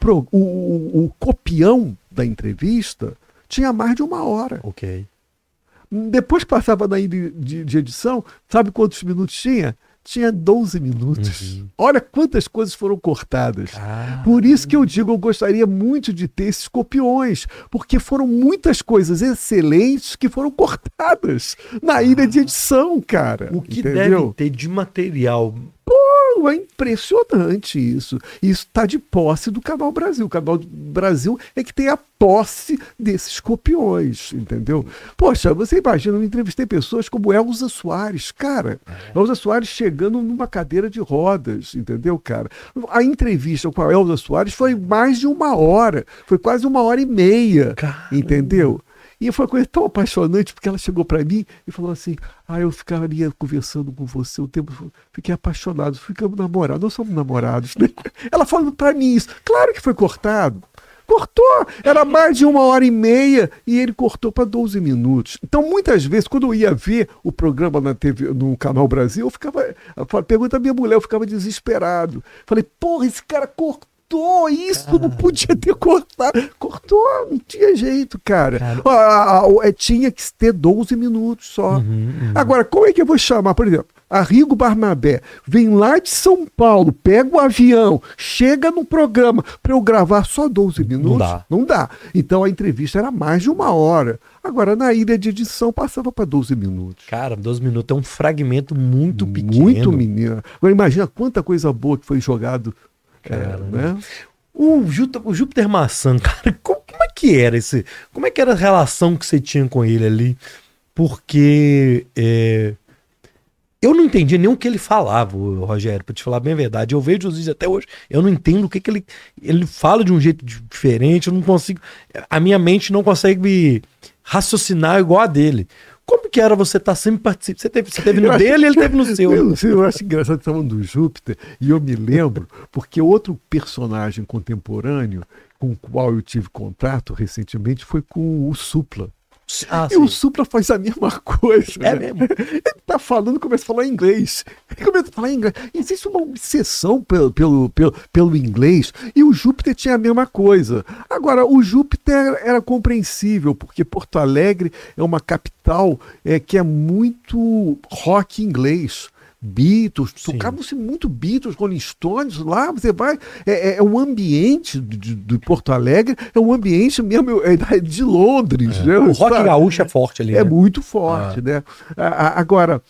o copião da entrevista tinha mais de 1 hora. Ok. Depois passava na ilha de edição, sabe quantos minutos tinha? Tinha 12 minutos. Olha quantas coisas foram cortadas. Por isso que eu digo, eu gostaria muito de ter esses copiões, porque foram muitas coisas excelentes que foram cortadas na ilha de edição, cara. O que deve ter de material... É impressionante isso. Isso está de posse do Canal Brasil. O Canal Brasil é que tem a posse desses copiões, entendeu? Poxa, você imagina, eu entrevistei pessoas como Elza Soares, cara. Elza Soares chegando numa cadeira de rodas, entendeu, cara? A entrevista com a Elza Soares foi mais de 1 hora. Foi quase 1h30, entendeu? E foi uma coisa tão apaixonante, porque ela chegou para mim e falou assim, eu ficaria conversando com você o tempo, fiquei apaixonado, ficamos namorados, nós somos namorados, né? Ela falando para mim isso. Claro que foi cortado. Cortou, era mais de 1h30 e ele cortou para 12 minutos. Então, muitas vezes, quando eu ia ver o programa na TV, no Canal Brasil, eu ficava, pergunta a minha mulher, eu ficava desesperado. Falei, porra, esse cara cortou isso, não podia ter cortado. Cortou, não tinha jeito, cara. Tinha que ter 12 minutos só. Agora, como é que eu vou chamar, por exemplo, Arrigo Barnabé, vem lá de São Paulo, pega o avião, chega no programa para eu gravar só 12 minutos? Não dá. Então a entrevista era mais de 1 hora. Agora, na ilha de edição, passava para 12 minutos. Cara, 12 minutos é um fragmento muito pequeno. Muito menino. Agora, imagina quanta coisa boa que foi jogado. Né? O Júpiter Maçã, cara, como é que era esse? Como é que era a relação que você tinha com ele ali? Porque eu não entendia nem o que ele falava, Rogério, pra te falar bem a verdade. Eu vejo os vídeos até hoje, eu não entendo o que ele fala de um jeito diferente, eu não consigo, a minha mente não consegue me raciocinar igual a dele. Como que era você estar sempre participando? Você teve no dele e ele teve no seu. Eu acho engraçado falando do Júpiter, e eu me lembro, porque outro personagem contemporâneo com o qual eu tive contato recentemente foi com o Supla. E o Supla faz a mesma coisa. É mesmo? Ele tá falando, começa a falar inglês. Existe uma obsessão pelo inglês. E o Júpiter tinha a mesma coisa. Agora, o Júpiter era compreensível, porque Porto Alegre é uma capital que é muito rock inglês. Beatles, tocavam-se muito Beatles, Rolling Stones, lá você vai, é um ambiente de Porto Alegre, é um ambiente mesmo de Londres. Né? O rock gaúcho é forte ali. É muito forte, né? Agora,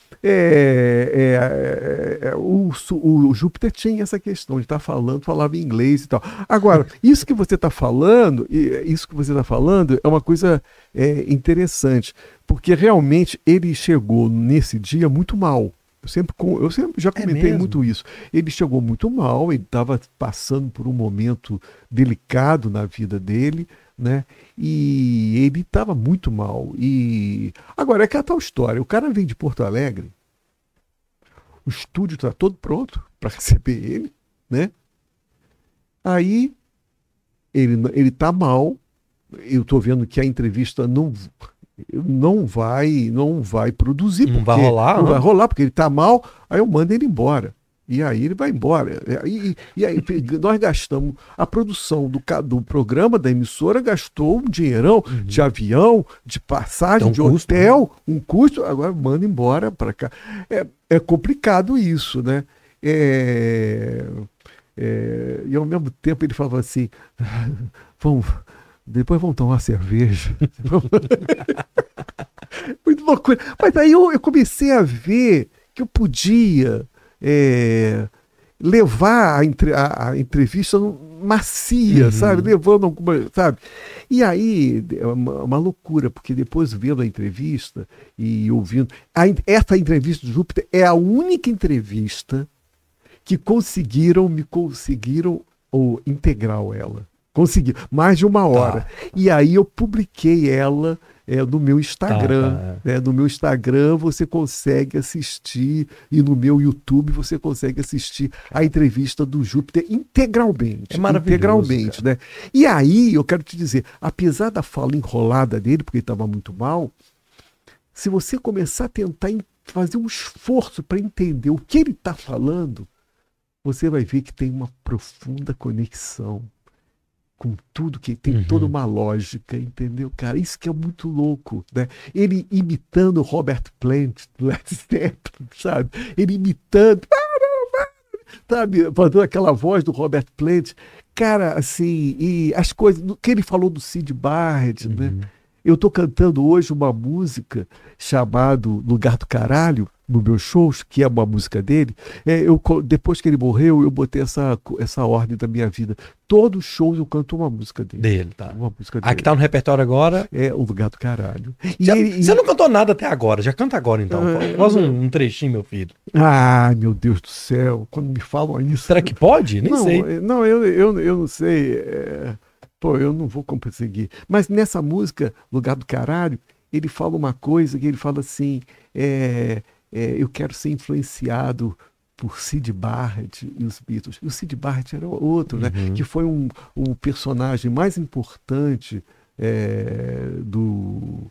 o Júpiter tinha essa questão de estar falava inglês e tal. Agora, isso que você está falando é uma coisa interessante, porque realmente ele chegou nesse dia muito mal. Eu sempre já comentei mesmo? muito isso. Ele chegou muito mal, ele estava passando por um momento delicado na vida dele, né? E ele estava muito mal. E agora é que é a tal história. O cara vem de Porto Alegre, o estúdio está todo pronto para receber ele, né? Aí ele tá mal. Eu tô vendo que a entrevista não vai produzir. Não vai rolar, Não né? vai rolar, porque ele tá mal, aí eu mando ele embora. E aí ele vai embora. E aí nós gastamos, a produção do programa, da emissora, gastou um dinheirão de avião, de passagem, Tem um de custo, hotel, um custo, agora manda embora para cá. É complicado isso, né? E ao mesmo tempo ele falava assim, depois vamos tomar uma cerveja. Muito loucura. Mas aí eu comecei a ver que eu podia levar a entrevista macia, sabe? Levando alguma, sabe? E aí é uma loucura, porque depois vendo a entrevista e ouvindo... Essa entrevista do Júpiter é a única entrevista que conseguiram integral ela. Consegui, mais de 1 hora. E aí eu publiquei ela no meu Instagram. No meu Instagram você consegue assistir, e no meu YouTube você consegue assistir a entrevista do Júpiter integralmente. É maravilhoso, integralmente, né? E aí eu quero te dizer, apesar da fala enrolada dele, porque ele estava muito mal, se você começar a tentar fazer um esforço para entender o que ele está falando, você vai ver que tem uma profunda conexão com tudo, que tem toda uma lógica, entendeu, cara? Isso que é muito louco, né? Ele imitando Robert Plant, do Led Zeppelin, sabe? Ele imitando, sabe? Fazendo aquela voz do Robert Plant. Cara, assim, e as coisas, que ele falou do Syd Barrett, né? Eu tô cantando hoje uma música chamada Lugar do Caralho, no meus shows, que é uma música dele. Depois que ele morreu, eu botei essa ordem da minha vida. Todos os shows eu canto uma música dele. Uma música dele. A que tá no repertório agora é O Lugar do Caralho. Você não cantou nada até agora, já canta agora então. Faz um trechinho, meu filho. Ai, meu Deus do céu, quando me falam isso... Será que pode? Nem sei. Não, eu não sei... eu não vou conseguir. Mas nessa música, Lugar do Caralho, ele fala uma coisa que ele fala assim, eu quero ser influenciado por Syd Barrett e os Beatles. E o Syd Barrett era outro, né? Que foi um personagem mais importante do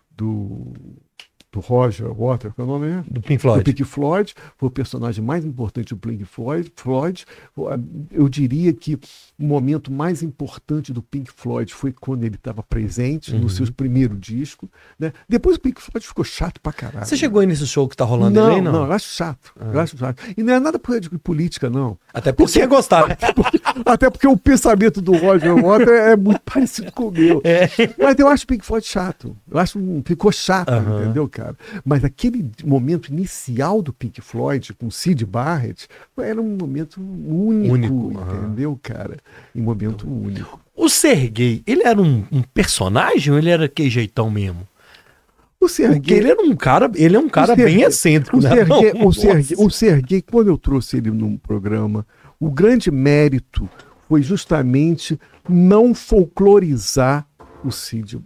Roger Waters, que é o nome? Do Pink Floyd. Do Pink Floyd, foi o personagem mais importante do Pink Floyd. Eu diria que o momento mais importante do Pink Floyd foi quando ele estava presente no seu primeiro disco, né? Depois o Pink Floyd ficou chato pra caralho. Você chegou aí nesse show que tá rolando não, aí, não? Não, eu acho chato. Eu acho chato. E não é nada de política, não. Até porque você ia gostar, né? Até porque o pensamento do Roger Waters é muito parecido com o meu. Mas eu acho o Pink Floyd chato. Eu acho ficou chato, entendeu, cara? Mas aquele momento inicial do Pink Floyd com Syd Barrett era um momento único. Entendeu, cara? Um momento único. O Serguei, ele era um personagem ou ele era que jeitão mesmo? O Serguei, porque ele é um cara bem excêntrico, né? O Serguei, quando eu trouxe ele num programa, o grande mérito foi justamente não folclorizar o Serguei.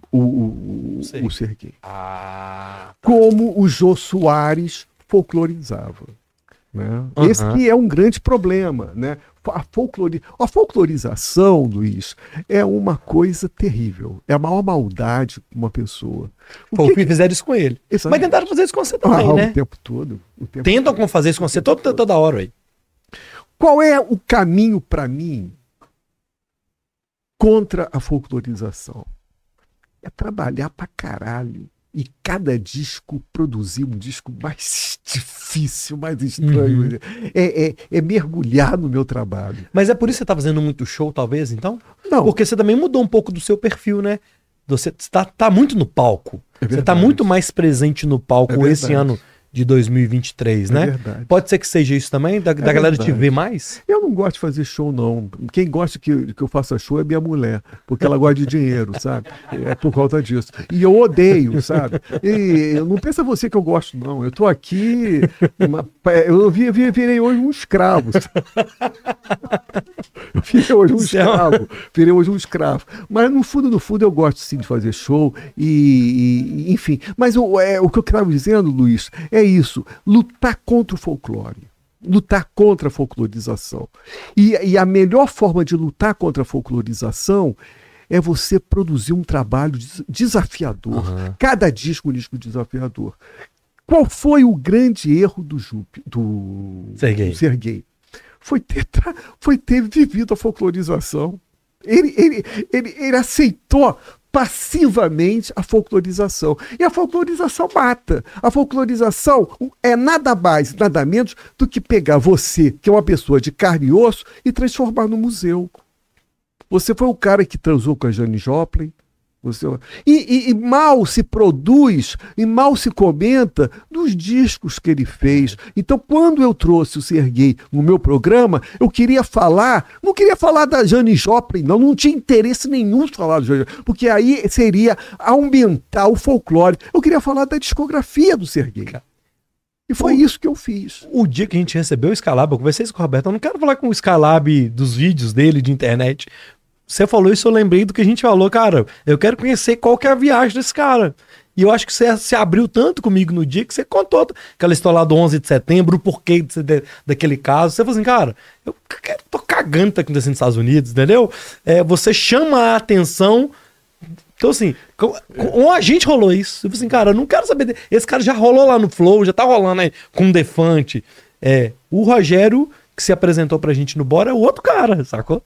Como o Jô Soares folclorizava. Né? Esse que é um grande problema. Né? A folclorização, Luiz, é uma coisa terrível. É a maior maldade com uma pessoa. Foi o que fizeram isso com ele. Exato. Mas tentaram fazer isso com você também, né? O tempo todo. Tentam fazer isso com você toda hora aí. Qual é o caminho para mim contra a folclorização? É trabalhar pra caralho. E cada disco produzir um disco mais difícil, mais estranho. É mergulhar no meu trabalho. Mas é por isso que você tá fazendo muito show, talvez, então? Não. Porque você também mudou um pouco do seu perfil, né? Você tá muito no palco. É você tá muito mais presente no palco esse ano de 2023, né? Verdade. Pode ser que seja isso também, da galera te ver mais? Eu não gosto de fazer show, não. Quem gosta que eu faça show é minha mulher, porque ela gosta de dinheiro, sabe? É por causa disso. E eu odeio, sabe? E não pensa você que eu gosto, não. Eu tô aqui, eu virei hoje um escravo. Eu virei hoje um escravo. Virei hoje um escravo. Mas no fundo eu gosto sim de fazer show enfim. Mas o que eu estava dizendo, Luiz, é isso. Lutar contra o folclore. Lutar contra a folclorização. E a melhor forma de lutar contra a folclorização é você produzir um trabalho desafiador. Uhum. Cada disco um disco desafiador. Qual foi o grande erro do Serguei? Foi ter vivido a folclorização. Ele aceitou passivamente a folclorização. E a folclorização mata. A folclorização é nada mais, nada menos do que pegar você, que é uma pessoa de carne e osso, e transformar no museu. Você foi o cara que transou com a Janis Joplin. E mal se produz e mal se comenta dos discos que ele fez. Então, quando eu trouxe o Serguei no meu programa, eu queria falar, não queria falar da Janis Joplin, não tinha interesse nenhum de falar da Janis Joplin, porque aí seria aumentar o folclore. Eu queria falar da discografia do Serguei. E foi isso que eu fiz. O dia que a gente recebeu o Skylab, eu conversei isso com o Roberto, eu não quero falar com o Skylab dos vídeos dele de internet. Você falou isso, eu lembrei do que a gente falou, cara. Eu quero conhecer qual que é a viagem desse cara. E eu acho que você se abriu tanto comigo no dia que você contou aquela história lá do 11 de setembro, o porquê daquele caso. Você falou assim, cara, eu tô cagando o que tá acontecendo nos Estados Unidos, entendeu? Você chama a atenção. Então, assim, com a gente rolou isso. Eu falei assim, cara, eu não quero saber. Esse cara já rolou lá no Flow, já tá rolando aí com o Defante. O Rogério, que se apresentou pra gente no Bora, é o outro cara, sacou?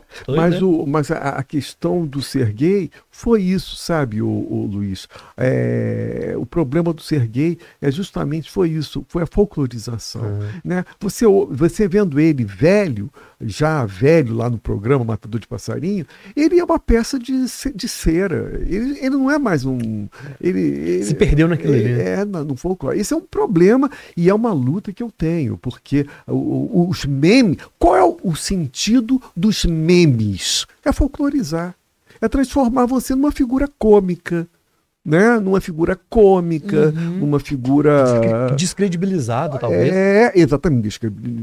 Mas a questão do Serguei foi isso, sabe, o Luiz? O problema do Serguei foi isso, foi a folclorização. Né? Você vendo ele já velho lá no programa Matador de Passarinho, ele é uma peça de cera. Ele não é mais um... Ele se perdeu naquilo ali. No folclore. Esse é um problema e é uma luta que eu tenho, porque os memes... Qual é o sentido dos memes? É folclorizar. É transformar você numa figura cômica, né? Numa figura cômica, numa figura... Descredibilizado, talvez. Exatamente.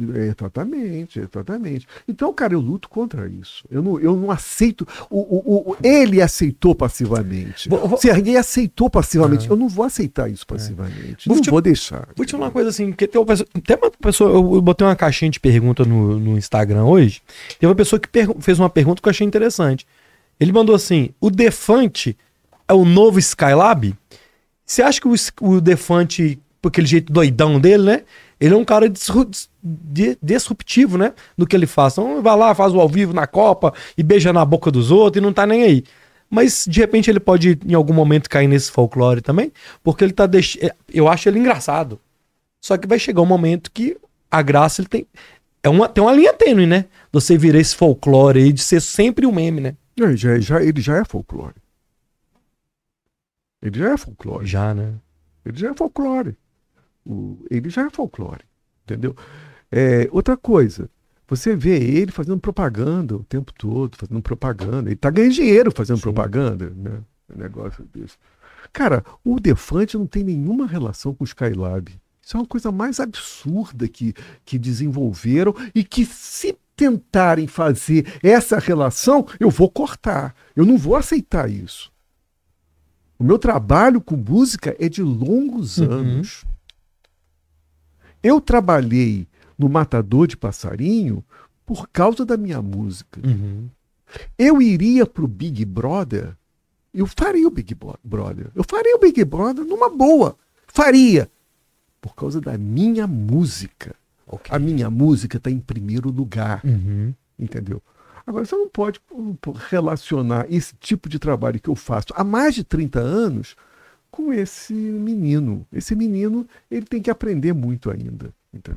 Então, cara, eu luto contra isso. Eu não aceito... Ele aceitou passivamente. O Serguei aceitou passivamente. Eu não vou aceitar isso passivamente. Não vou deixar. Vou te falar uma coisa assim, que tem uma pessoa... Eu botei uma caixinha de pergunta no Instagram hoje. Tem uma pessoa que fez uma pergunta que eu achei interessante. Ele mandou assim, o Defante é o novo Skylab? Você acha que o Defante, por aquele jeito doidão dele, né? Ele é um cara disruptivo, né? No que ele faz. Então vai lá, faz o ao vivo na Copa e beija na boca dos outros e não tá nem aí. Mas de repente ele pode em algum momento cair nesse folclore também, porque ele tá eu acho ele engraçado. Só que vai chegar um momento que a graça ele tem... tem uma linha tênue, né? Você virar esse folclore aí de ser sempre um meme, né? Ele já é folclore. Ele já é folclore. Já, né? Ele já é folclore. Ele já é folclore. Entendeu? Outra coisa, você vê ele fazendo propaganda o tempo todo, fazendo propaganda. Ele tá ganhando dinheiro fazendo propaganda, né? Um negócio desse. Cara, o Defante não tem nenhuma relação com o Skylab. Isso é uma coisa mais absurda que desenvolveram e que se tentarem fazer essa relação, eu vou cortar. Eu não vou aceitar isso. O meu trabalho com música é de longos anos. Eu trabalhei no Matador de Passarinho por causa da minha música. Eu iria pro Big Brother, eu faria o Big Brother. Eu faria o Big Brother numa boa. Faria. Por causa da minha música. Okay. A minha música está em primeiro lugar. Entendeu? Agora, você não pode relacionar esse tipo de trabalho que eu faço há mais de 30 anos com esse menino. Esse menino, ele tem que aprender muito ainda. Entendeu?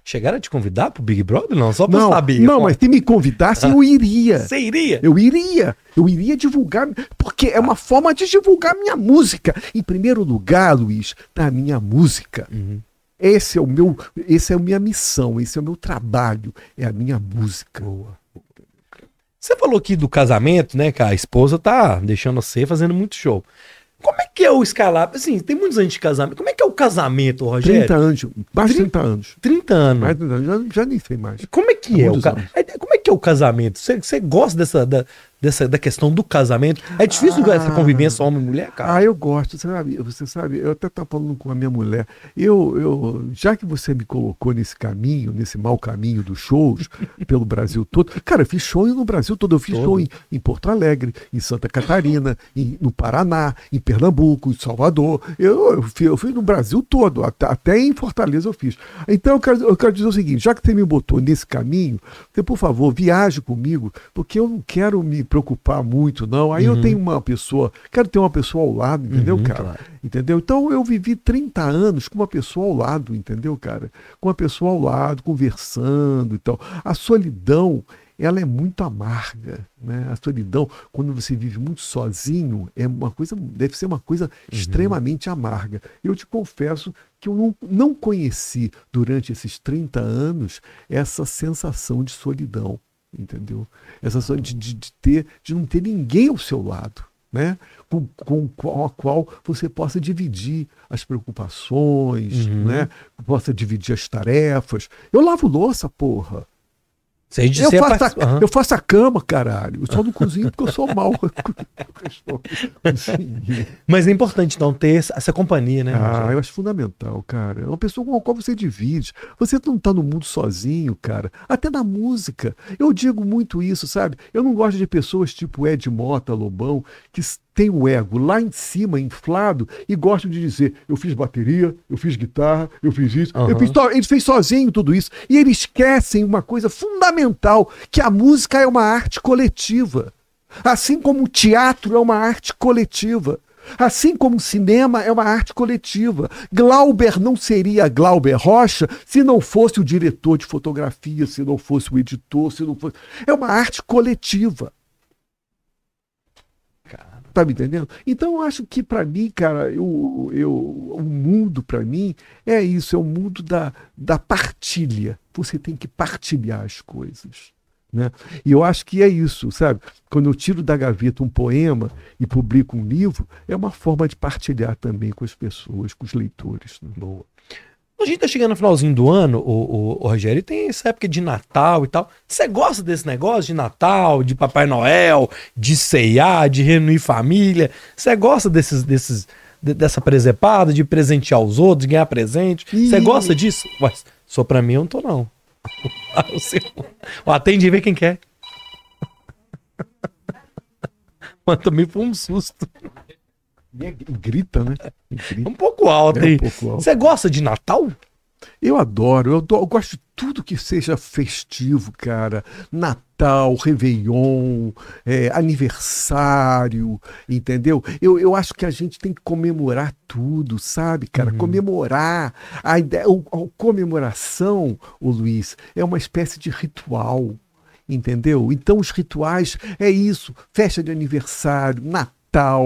Chegaram a te convidar pro Big Brother? Não, só pra Não, saber. não, mas se me convidassem, eu iria. Você iria? Eu iria divulgar, porque é uma forma de divulgar minha música. Em primeiro lugar, Luiz, tá a minha música. Essa é a minha missão, esse é o meu trabalho, é a minha música. Boa. Você falou aqui do casamento, né, que a esposa tá deixando você fazendo muito show. Como é que é o escalar? Assim, tem muitos anos de casamento. Como é que é o casamento, Rogério? 30 anos, mais de 30 anos. 30 anos. Mais de 30 anos, já nem sei mais. Como é que é o Muitos anos. Como é que é o casamento? Você gosta da questão do casamento? É difícil essa convivência homem e mulher, cara? Eu gosto, você sabe, eu até estava falando com a minha mulher, já que você me colocou nesse caminho, nesse mau caminho dos shows pelo Brasil todo, cara, eu fiz show no Brasil todo, eu fiz show em Porto Alegre, em Santa Catarina, no Paraná, em Pernambuco, em Salvador, eu fiz no Brasil todo, até em Fortaleza eu fiz. Então eu quero dizer o seguinte, já que você me botou nesse caminho, você, por favor, viaje comigo, porque eu não quero me preocupar muito, não. Aí eu tenho quero ter uma pessoa ao lado, entendeu, cara? Claro. Entendeu? Então eu vivi 30 anos com uma pessoa ao lado, entendeu, cara? Com uma pessoa ao lado, conversando e tal. A solidão, ela é muito amarga, né? A solidão, quando você vive muito sozinho, deve ser uma coisa extremamente amarga. Eu te confesso que eu não conheci durante esses 30 anos essa sensação de solidão. Entendeu? Essa sensação de não ter ninguém ao seu lado, né? Com a qual você possa dividir as preocupações, né? Possa dividir as tarefas. Eu lavo louça, porra. Eu faço a cama, caralho. Eu só não cozinho porque eu sou mal. Mas é importante não ter essa companhia, né? Eu acho fundamental, cara. É uma pessoa com a qual você divide. Você não tá no mundo sozinho, cara. Até na música. Eu digo muito isso, sabe? Eu não gosto de pessoas tipo Ed Mota, Lobão, que tem o ego lá em cima, inflado, e gostam de dizer, eu fiz bateria, eu fiz guitarra, eu fiz isso, ele fez sozinho tudo isso. E eles esquecem uma coisa fundamental, que a música é uma arte coletiva. Assim como o teatro é uma arte coletiva. Assim como o cinema é uma arte coletiva. Glauber não seria Glauber Rocha se não fosse o diretor de fotografia, se não fosse o editor, se não fosse... É uma arte coletiva. Tá me entendendo? Então eu acho que para mim, cara, o mundo para mim é isso, é o mundo da partilha. Você tem que partilhar as coisas, né? E eu acho que é isso, sabe? Quando eu tiro da gaveta um poema e publico um livro, é uma forma de partilhar também com as pessoas, com os leitores. Né? Boa. A gente tá chegando no finalzinho do ano, o Rogério, e tem essa época de Natal e tal. Você gosta desse negócio de Natal, de Papai Noel, de ceiar, de reunir família? Você gosta dessa presepada, de presentear os outros, de ganhar presente? Você gosta disso? Mas, só pra mim eu não tô, não. Atende e vê quem quer. Mas também foi um susto. Grita, né? Grita. Um pouco alto aí. Pouco alto. Você gosta de Natal? Eu adoro, eu gosto de tudo que seja festivo, cara. Natal, Réveillon, aniversário, entendeu? Eu acho que a gente tem que comemorar tudo, sabe, cara? Comemorar. A ideia, a comemoração, ô Luiz, é uma espécie de ritual, entendeu? Então os rituais é isso, festa de aniversário, Natal,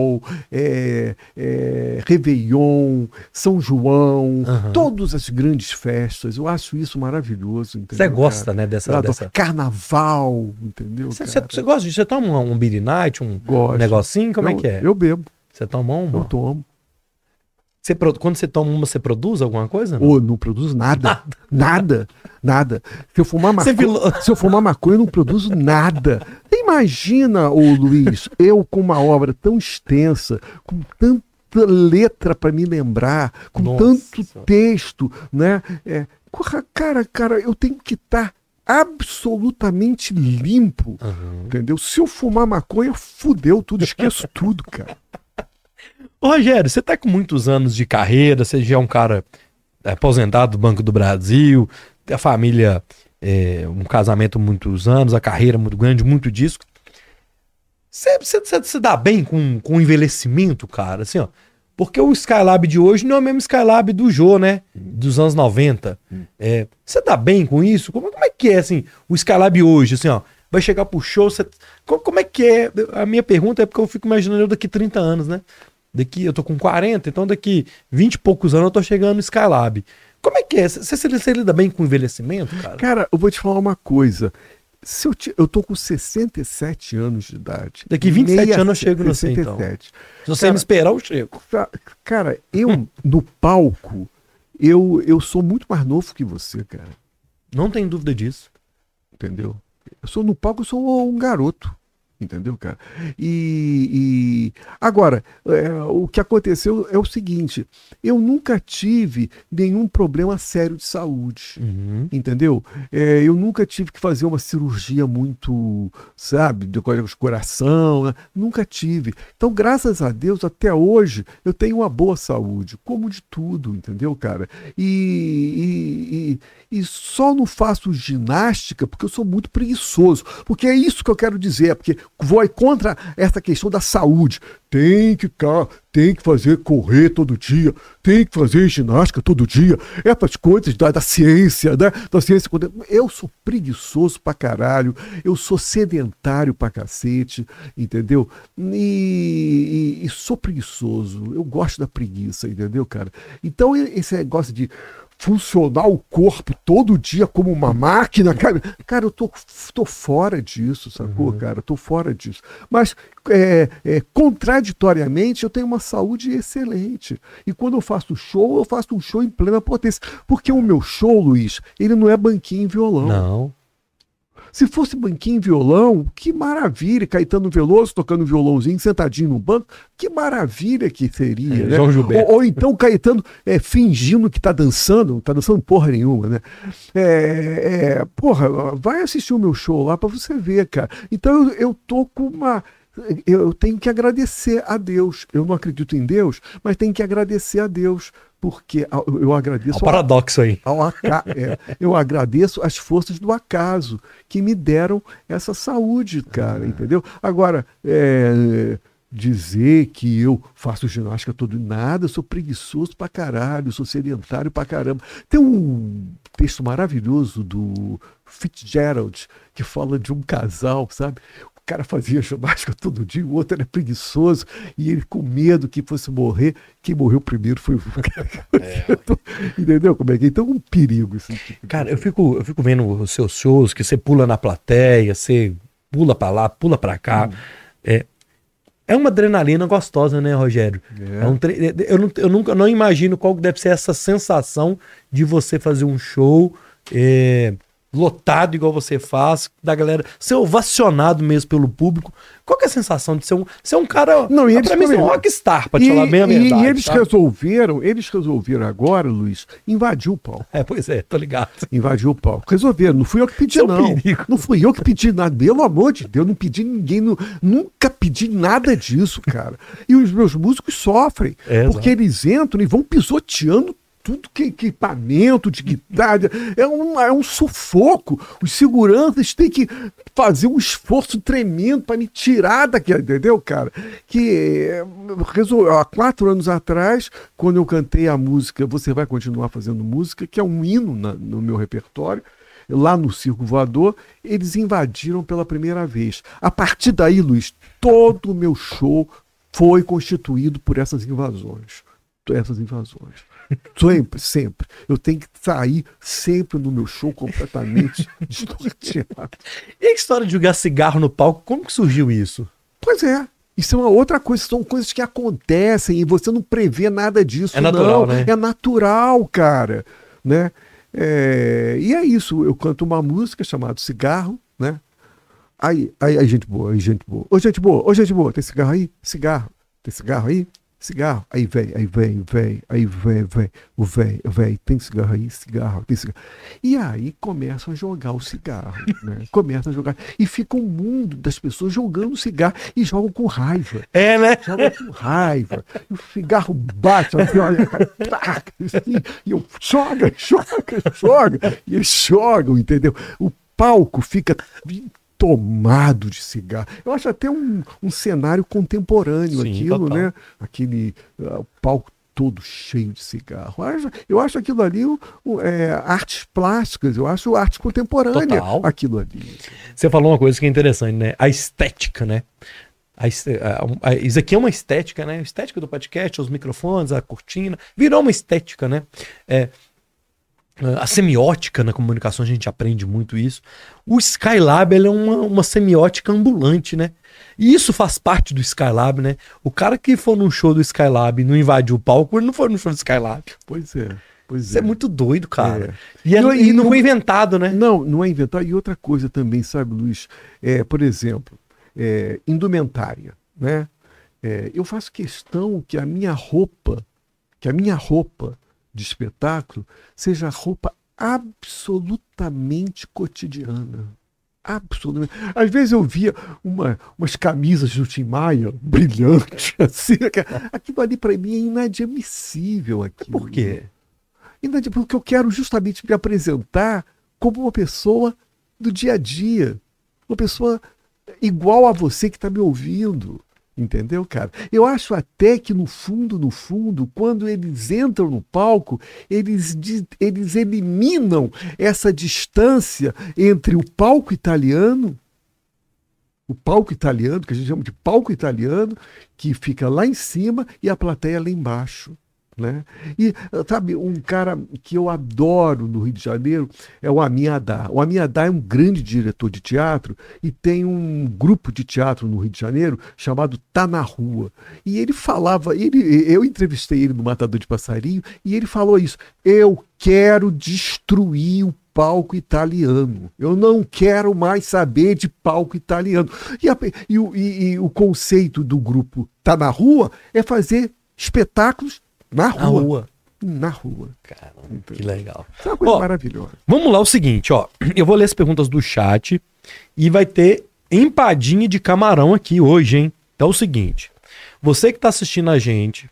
Réveillon, São João, todas as grandes festas. Eu acho isso maravilhoso. Você gosta, né, dessa... Carnaval, entendeu? Você gosta de... Você toma um Beer Night, um negocinho? Como é que é? Eu bebo. Você toma uma? Eu tomo. Quando você toma uma, você produz alguma coisa? Não, não produzo nada. Nada. Se eu fumar maconha, eu não produzo nada. Imagina, ô Luiz, eu com uma obra tão extensa, com tanta letra para me lembrar, com tanto texto, né? Cara, eu tenho que estar absolutamente limpo, entendeu? Se eu fumar maconha, fudeu tudo, esqueço tudo, cara. Ô, Rogério, você tá com muitos anos de carreira, você já é um cara aposentado do Banco do Brasil, a família, um casamento há muitos anos, a carreira muito grande, muito disco. Você dá bem com o envelhecimento, cara? Assim, ó, Porque o Skylab de hoje não é o mesmo Skylab do Jô, né? Dos anos 90. Você tá bem com isso? Como é que é, assim, o Skylab hoje, assim, ó? Vai chegar pro show, como é que é? A minha pergunta é porque eu fico imaginando eu daqui 30 anos, né? Eu tô com 40, então daqui 20 e poucos anos eu tô chegando no Skylab. Como é que é? Você lida bem com o envelhecimento, cara? Cara, eu vou te falar uma coisa. Eu tô com 67 anos de idade. Daqui 27 anos eu chego no 67. Então. Se você me esperar, eu chego. Cara, eu no palco, eu sou muito mais novo que você, cara. Não tem dúvida disso. Entendeu? No palco, eu sou um garoto. Entendeu, cara? Agora, o que aconteceu é o seguinte: eu nunca tive nenhum problema sério de saúde, entendeu? Eu nunca tive que fazer uma cirurgia muito, sabe, de coração, né? Nunca tive. Então, graças a Deus, até hoje, eu tenho uma boa saúde, como de tudo, entendeu, cara? E só não faço ginástica porque eu sou muito preguiçoso, porque é isso que eu quero dizer, porque vou contra essa questão da saúde. Tem que fazer correr todo dia, tem que fazer ginástica todo dia, essas coisas da ciência, né? Da ciência. Eu sou preguiçoso pra caralho, eu sou sedentário pra cacete, entendeu? E sou preguiçoso, eu gosto da preguiça, entendeu, cara? Então esse negócio de funcionar o corpo todo dia como uma máquina, cara, eu tô fora disso, sacou, cara? Tô fora disso. Mas, contraditoriamente, eu tenho uma saúde excelente. E quando eu faço um show em plena potência. Porque o meu show, Luiz, ele não é banquinho e violão. Não. Se fosse banquinho e violão, que maravilha, Caetano Veloso tocando violãozinho, sentadinho no banco, que maravilha que seria, né? João Gilberto. Ou então Caetano fingindo que tá dançando porra nenhuma, né? Porra, vai assistir o meu show lá pra você ver, cara. Então eu tô com eu tenho que agradecer a Deus. Eu não acredito em Deus, mas tenho que agradecer a Deus, porque eu agradeço... É um paradoxo aí. Eu agradeço as forças do acaso que me deram essa saúde, cara, entendeu? Agora, dizer que eu faço ginástica nada, eu sou preguiçoso pra caralho, eu sou sedentário pra caramba. Tem um texto maravilhoso do Fitzgerald que fala de um casal, sabe? O cara fazia ginástica todo dia, o outro era preguiçoso, e ele com medo que fosse morrer. Quem morreu primeiro foi o cara. Entendeu como é que é? Então é um perigo. Assim, cara, eu fico vendo os seus shows, que você pula na plateia, você pula pra lá, pula pra cá. É uma adrenalina gostosa, né, Rogério? Eu não imagino qual deve ser essa sensação de você fazer um show lotado igual você faz, da galera ser ovacionado mesmo pelo público. Qual que é a sensação de ser um cara... Não, pra mim, é um rockstar, pra te falar bem a verdade. E eles resolveram agora, Luiz, invadir o palco. Pois é, tô ligado. Invadiu o palco. Resolveram, não fui eu que pedi, não. Não fui eu que pedi nada, pelo amor de Deus, não pedi ninguém, nunca pedi nada disso, cara. E os meus músicos sofrem, porque eles entram e vão pisoteando tudo que é equipamento de guitarra, é um sufoco. Os seguranças têm que fazer um esforço tremendo para me tirar daqui, entendeu, cara? Que há 4 anos atrás, quando eu cantei a música Você Vai Continuar Fazendo Música, que é um hino no meu repertório, lá no Circo Voador, eles invadiram pela primeira vez. A partir daí, Luiz, todo o meu show foi constituído por essas invasões. Sempre. Eu tenho que sair sempre no meu show completamente desnorteado. E a história de jogar cigarro no palco, como que surgiu isso? Pois é. Isso é uma outra coisa, são coisas que acontecem e você não prevê nada disso. É natural, né? É natural, cara. Né? E é isso, eu canto uma música chamada Cigarro, né? Aí, gente boa. Ô, gente boa, tem cigarro aí? Tem cigarro aí? Cigarro, aí vem, o velho, tem cigarro aí, tem cigarro. E aí começam a jogar o cigarro, né? E fica o mundo das pessoas jogando cigarro e jogam com raiva. Né? Jogam com raiva. E o cigarro bate, assim, olha, assim, e eu joga. E eles jogam, entendeu? O palco fica tomado de cigarro. Eu acho até um cenário contemporâneo. Sim, aquilo, total. Né? Aquele palco todo cheio de cigarro. Eu acho aquilo ali artes plásticas, eu acho arte contemporânea. Total. Aquilo ali. Você falou uma coisa que é interessante, né? A estética, né? Isso aqui é uma estética, né? A estética do podcast, os microfones, a cortina, virou uma estética, né? A semiótica na comunicação, a gente aprende muito isso. O Skylab, ele é uma semiótica ambulante, né? E isso faz parte do Skylab, né? O cara que for num show do Skylab e não invadiu o palco, ele não foi no show do Skylab. Pois é. Isso é muito doido, cara. E não foi inventado, né? Não é inventado. E outra coisa também, sabe, Luiz? Por exemplo, indumentária, né? Eu faço questão que a minha roupa de espetáculo seja roupa absolutamente cotidiana. Absolutamente. Às vezes eu via umas camisas do Tim Maia brilhantes, assim. Aquilo ali para mim é inadmissível. Aquilo. Por quê? Porque eu quero justamente me apresentar como uma pessoa do dia a dia. Uma pessoa igual a você que está me ouvindo. Entendeu, cara? Eu acho até que no fundo, quando eles entram no palco, eles eliminam essa distância entre o palco italiano, que a gente chama de palco italiano, que fica lá em cima, e a plateia lá embaixo. Né? E, sabe, um cara que eu adoro no Rio de Janeiro é o Amin Haddad. O Amin Haddad é um grande diretor de teatro e tem um grupo de teatro no Rio de Janeiro chamado Tá na Rua. E ele falava, eu entrevistei ele no Matador de Passarinho e ele falou isso: eu quero destruir o palco italiano. Eu não quero mais saber de palco italiano. E o conceito do grupo Tá na Rua é fazer espetáculos na rua. Caramba, que legal. Isso é uma coisa maravilhosa. Vamos lá, o seguinte, ó. Eu vou ler as perguntas do chat e vai ter empadinha de camarão aqui hoje, hein? Então é o seguinte. Você que tá assistindo a gente,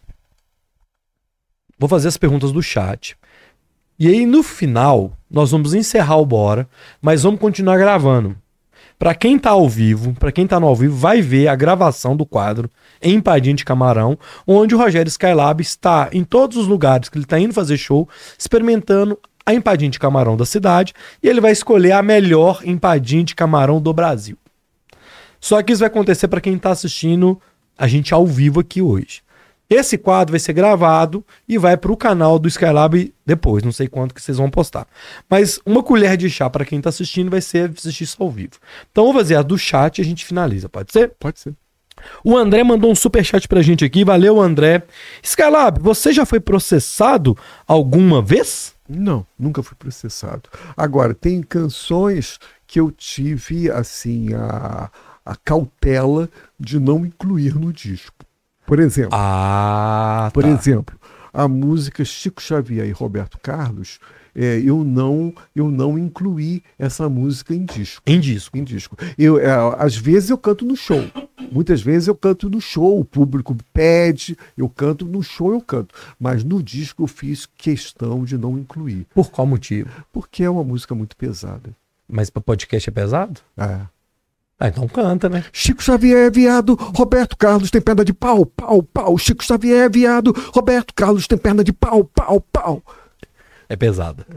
vou fazer as perguntas do chat. E aí, no final, nós vamos encerrar o Bora, mas vamos continuar gravando. Pra quem tá ao vivo, pra quem tá no ao vivo, vai ver a gravação do quadro Empadinha de Camarão, onde o Rogério Skylab está em todos os lugares que ele tá indo fazer show, experimentando a empadinha de camarão da cidade, e ele vai escolher a melhor empadinha de camarão do Brasil. Só que isso vai acontecer pra quem tá assistindo a gente ao vivo aqui hoje. Esse quadro vai ser gravado e vai pro canal do Skylab depois, não sei quanto que vocês vão postar. Mas uma colher de chá para quem tá assistindo vai ser assistir isso ao vivo. Então vou fazer a do chat e a gente finaliza, pode ser? Pode ser. O André mandou um superchat pra gente aqui, valeu André. Skylab, você já foi processado alguma vez? Não, nunca fui processado. Agora, tem canções que eu tive, assim, a cautela de não incluir no disco. Por exemplo, exemplo, a música Chico Xavier e Roberto Carlos, eu não incluí essa música em disco. Em disco. Às vezes eu canto no show. Muitas vezes eu canto no show, o público pede, eu canto no show, eu canto. Mas no disco eu fiz questão de não incluir. Por qual motivo? Porque é uma música muito pesada. Mas para podcast é pesado? Então canta, né? Chico Xavier é viado, Roberto Carlos tem perna de pau, pau, pau. Chico Xavier é viado, Roberto Carlos tem perna de pau, pau, pau. É pesada.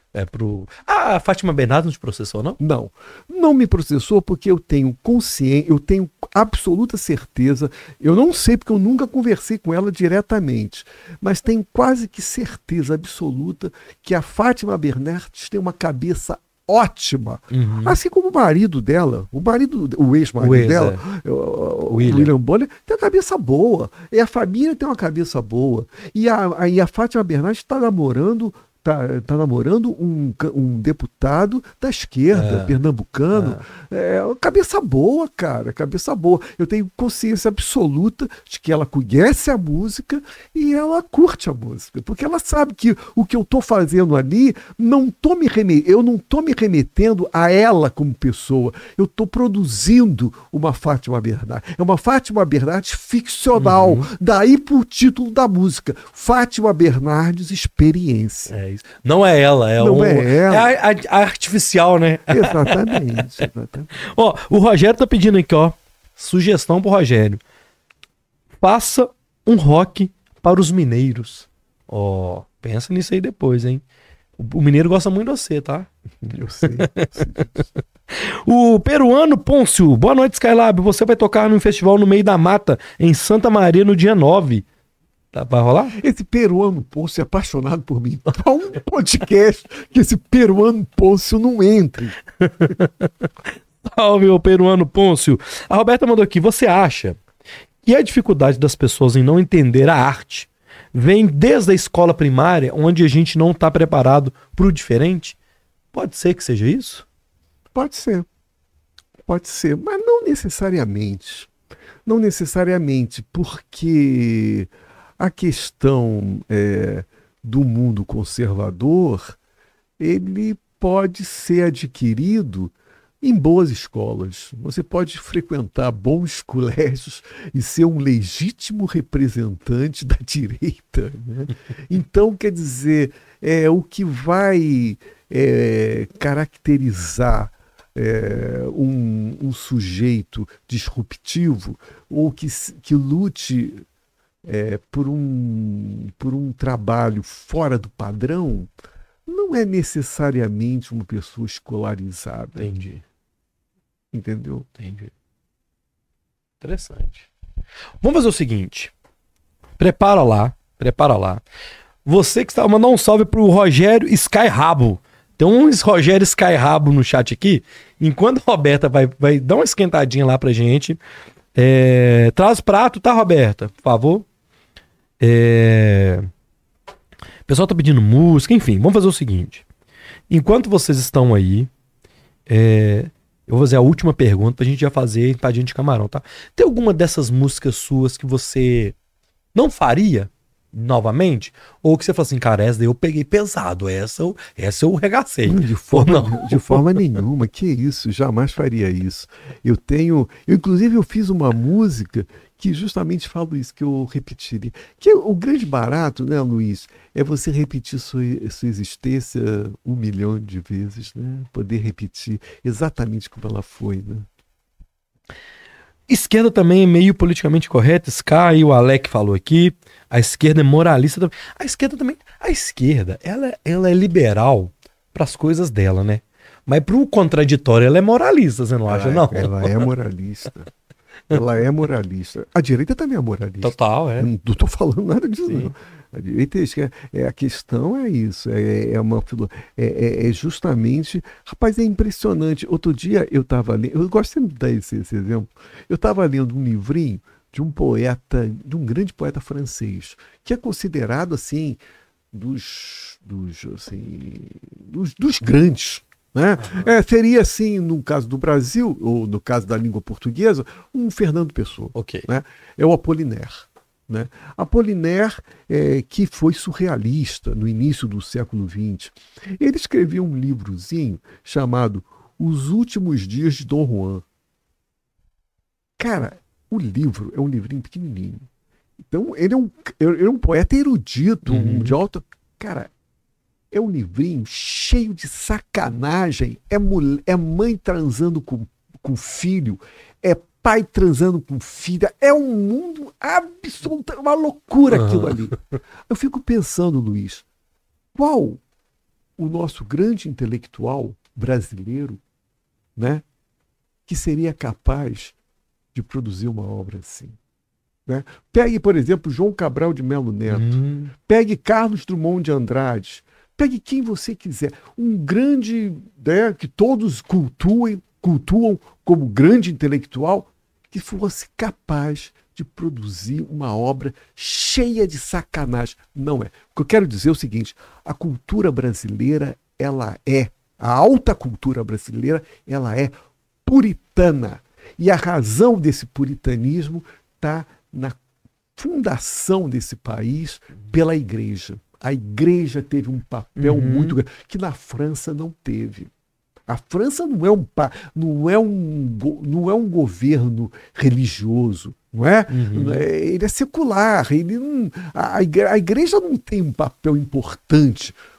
A Fátima Bernardes não te processou, não? Não me processou porque eu tenho consciência, eu tenho absoluta certeza, eu não sei porque eu nunca conversei com ela diretamente, mas tenho quase que certeza absoluta que a Fátima Bernardes tem uma cabeça ótima, assim como o marido dela, o ex-marido dela, o William Bonner, tem uma cabeça boa, e a família tem uma cabeça boa, e a Fátima Bernardes está namorando um deputado da esquerda, pernambucano. Cabeça boa, cara, cabeça boa. Eu tenho consciência absoluta de que ela conhece a música e ela curte a música, porque ela sabe que o que eu estou fazendo ali, eu não estou me remetendo a ela como pessoa, eu estou produzindo uma Fátima Bernardes. É uma Fátima Bernardes ficcional, daí pro título da música, Fátima Bernardes Experiência. isso. Não é ela, Não é ela. É a artificial, né? Exatamente, exatamente. Ó, o Rogério tá pedindo aqui, ó. Sugestão pro Rogério. Faça um rock para os mineiros. Ó, pensa nisso aí depois, hein? O mineiro gosta muito de você, tá? Eu sei. O peruano Pôncio. Boa noite, Skylab. Você vai tocar num festival no meio da mata, em Santa Maria, no dia 9. Tá, vai rolar? Esse peruano Pôncio é apaixonado por mim. Há um podcast que esse peruano Pôncio não entre. Salve, o peruano Pôncio. A Roberta mandou aqui. Você acha que a dificuldade das pessoas em não entender a arte vem desde a escola primária, onde a gente não está preparado para o diferente? Pode ser que seja isso? Pode ser, mas não necessariamente. Não necessariamente, porque a questão do mundo conservador, ele pode ser adquirido em boas escolas. Você pode frequentar bons colégios e ser um legítimo representante da direita, né? Então, quer dizer, o que vai caracterizar um sujeito disruptivo ou que lute por um trabalho fora do padrão, não é necessariamente uma pessoa escolarizada. Entendi. Entendeu? Entendi. Interessante. Vamos fazer o seguinte. Prepara lá. Você que está mandando um salve pro Rogério Skyrabo. Tem uns Rogério Skyrabo no chat aqui. Enquanto a Roberta vai dar uma esquentadinha lá pra gente. Traz prato, tá, Roberta? Por favor. O pessoal tá pedindo música, enfim. Vamos fazer o seguinte. Enquanto vocês estão aí, eu vou fazer a última pergunta pra gente já fazer empadinha de camarão, tá? Tem alguma dessas músicas suas que você não faria novamente? Ou que você fala assim, cara, essa daí eu peguei pesado, essa eu regacei. De forma nenhuma, que isso, jamais faria isso. Inclusive eu fiz uma música que justamente falo isso, que eu repetiria. Que o grande barato, né, Luiz, é você repetir sua existência 1 milhão de vezes, né? Poder repetir exatamente como ela foi, né? Esquerda também é meio politicamente correta. Sky, o Alec falou aqui. A esquerda é moralista também. A esquerda, ela é liberal para as coisas dela, né? Mas pro contraditório ela é moralista, você não acha, não? Ela é moralista. Ela é moralista. A direita também é moralista. Total, Eu não estou falando nada disso, não. A direita a questão é isso. É justamente... Rapaz, é impressionante. Outro dia eu estava lendo... Eu gosto sempre de dar esse exemplo. Eu estava lendo um livrinho de um poeta, de um grande poeta francês, que é considerado, assim, dos grandes, né? Seria assim, no caso do Brasil, ou no caso da língua portuguesa, um Fernando Pessoa. Okay. Né? É o Apollinaire. Né? Apollinaire, que foi surrealista no início do século XX, ele escreveu um livrozinho chamado Os Últimos Dias de Dom Juan. Cara, o livro é um livrinho pequenininho. Então, ele é um poeta erudito, de alta... Cara, é um livrinho cheio de sacanagem. É mãe transando com filho. É pai transando com filha. É um mundo absoluto. Uma loucura aquilo ali. Eu fico pensando, Luiz, qual o nosso grande intelectual brasileiro, né, que seria capaz de produzir uma obra assim? Né? Pegue, por exemplo, João Cabral de Melo Neto. Pegue Carlos Drummond de Andrade. Pegue quem você quiser. Um grande, né, que todos cultuam como grande intelectual, que fosse capaz de produzir uma obra cheia de sacanagem. Não é. O que eu quero dizer é o seguinte: a cultura brasileira, a alta cultura brasileira, ela é puritana. E a razão desse puritanismo está na fundação desse país pela igreja. A igreja teve um papel muito grande, que na França não teve. A França não é um governo religioso, não é? Ele é secular. A igreja não tem um papel importante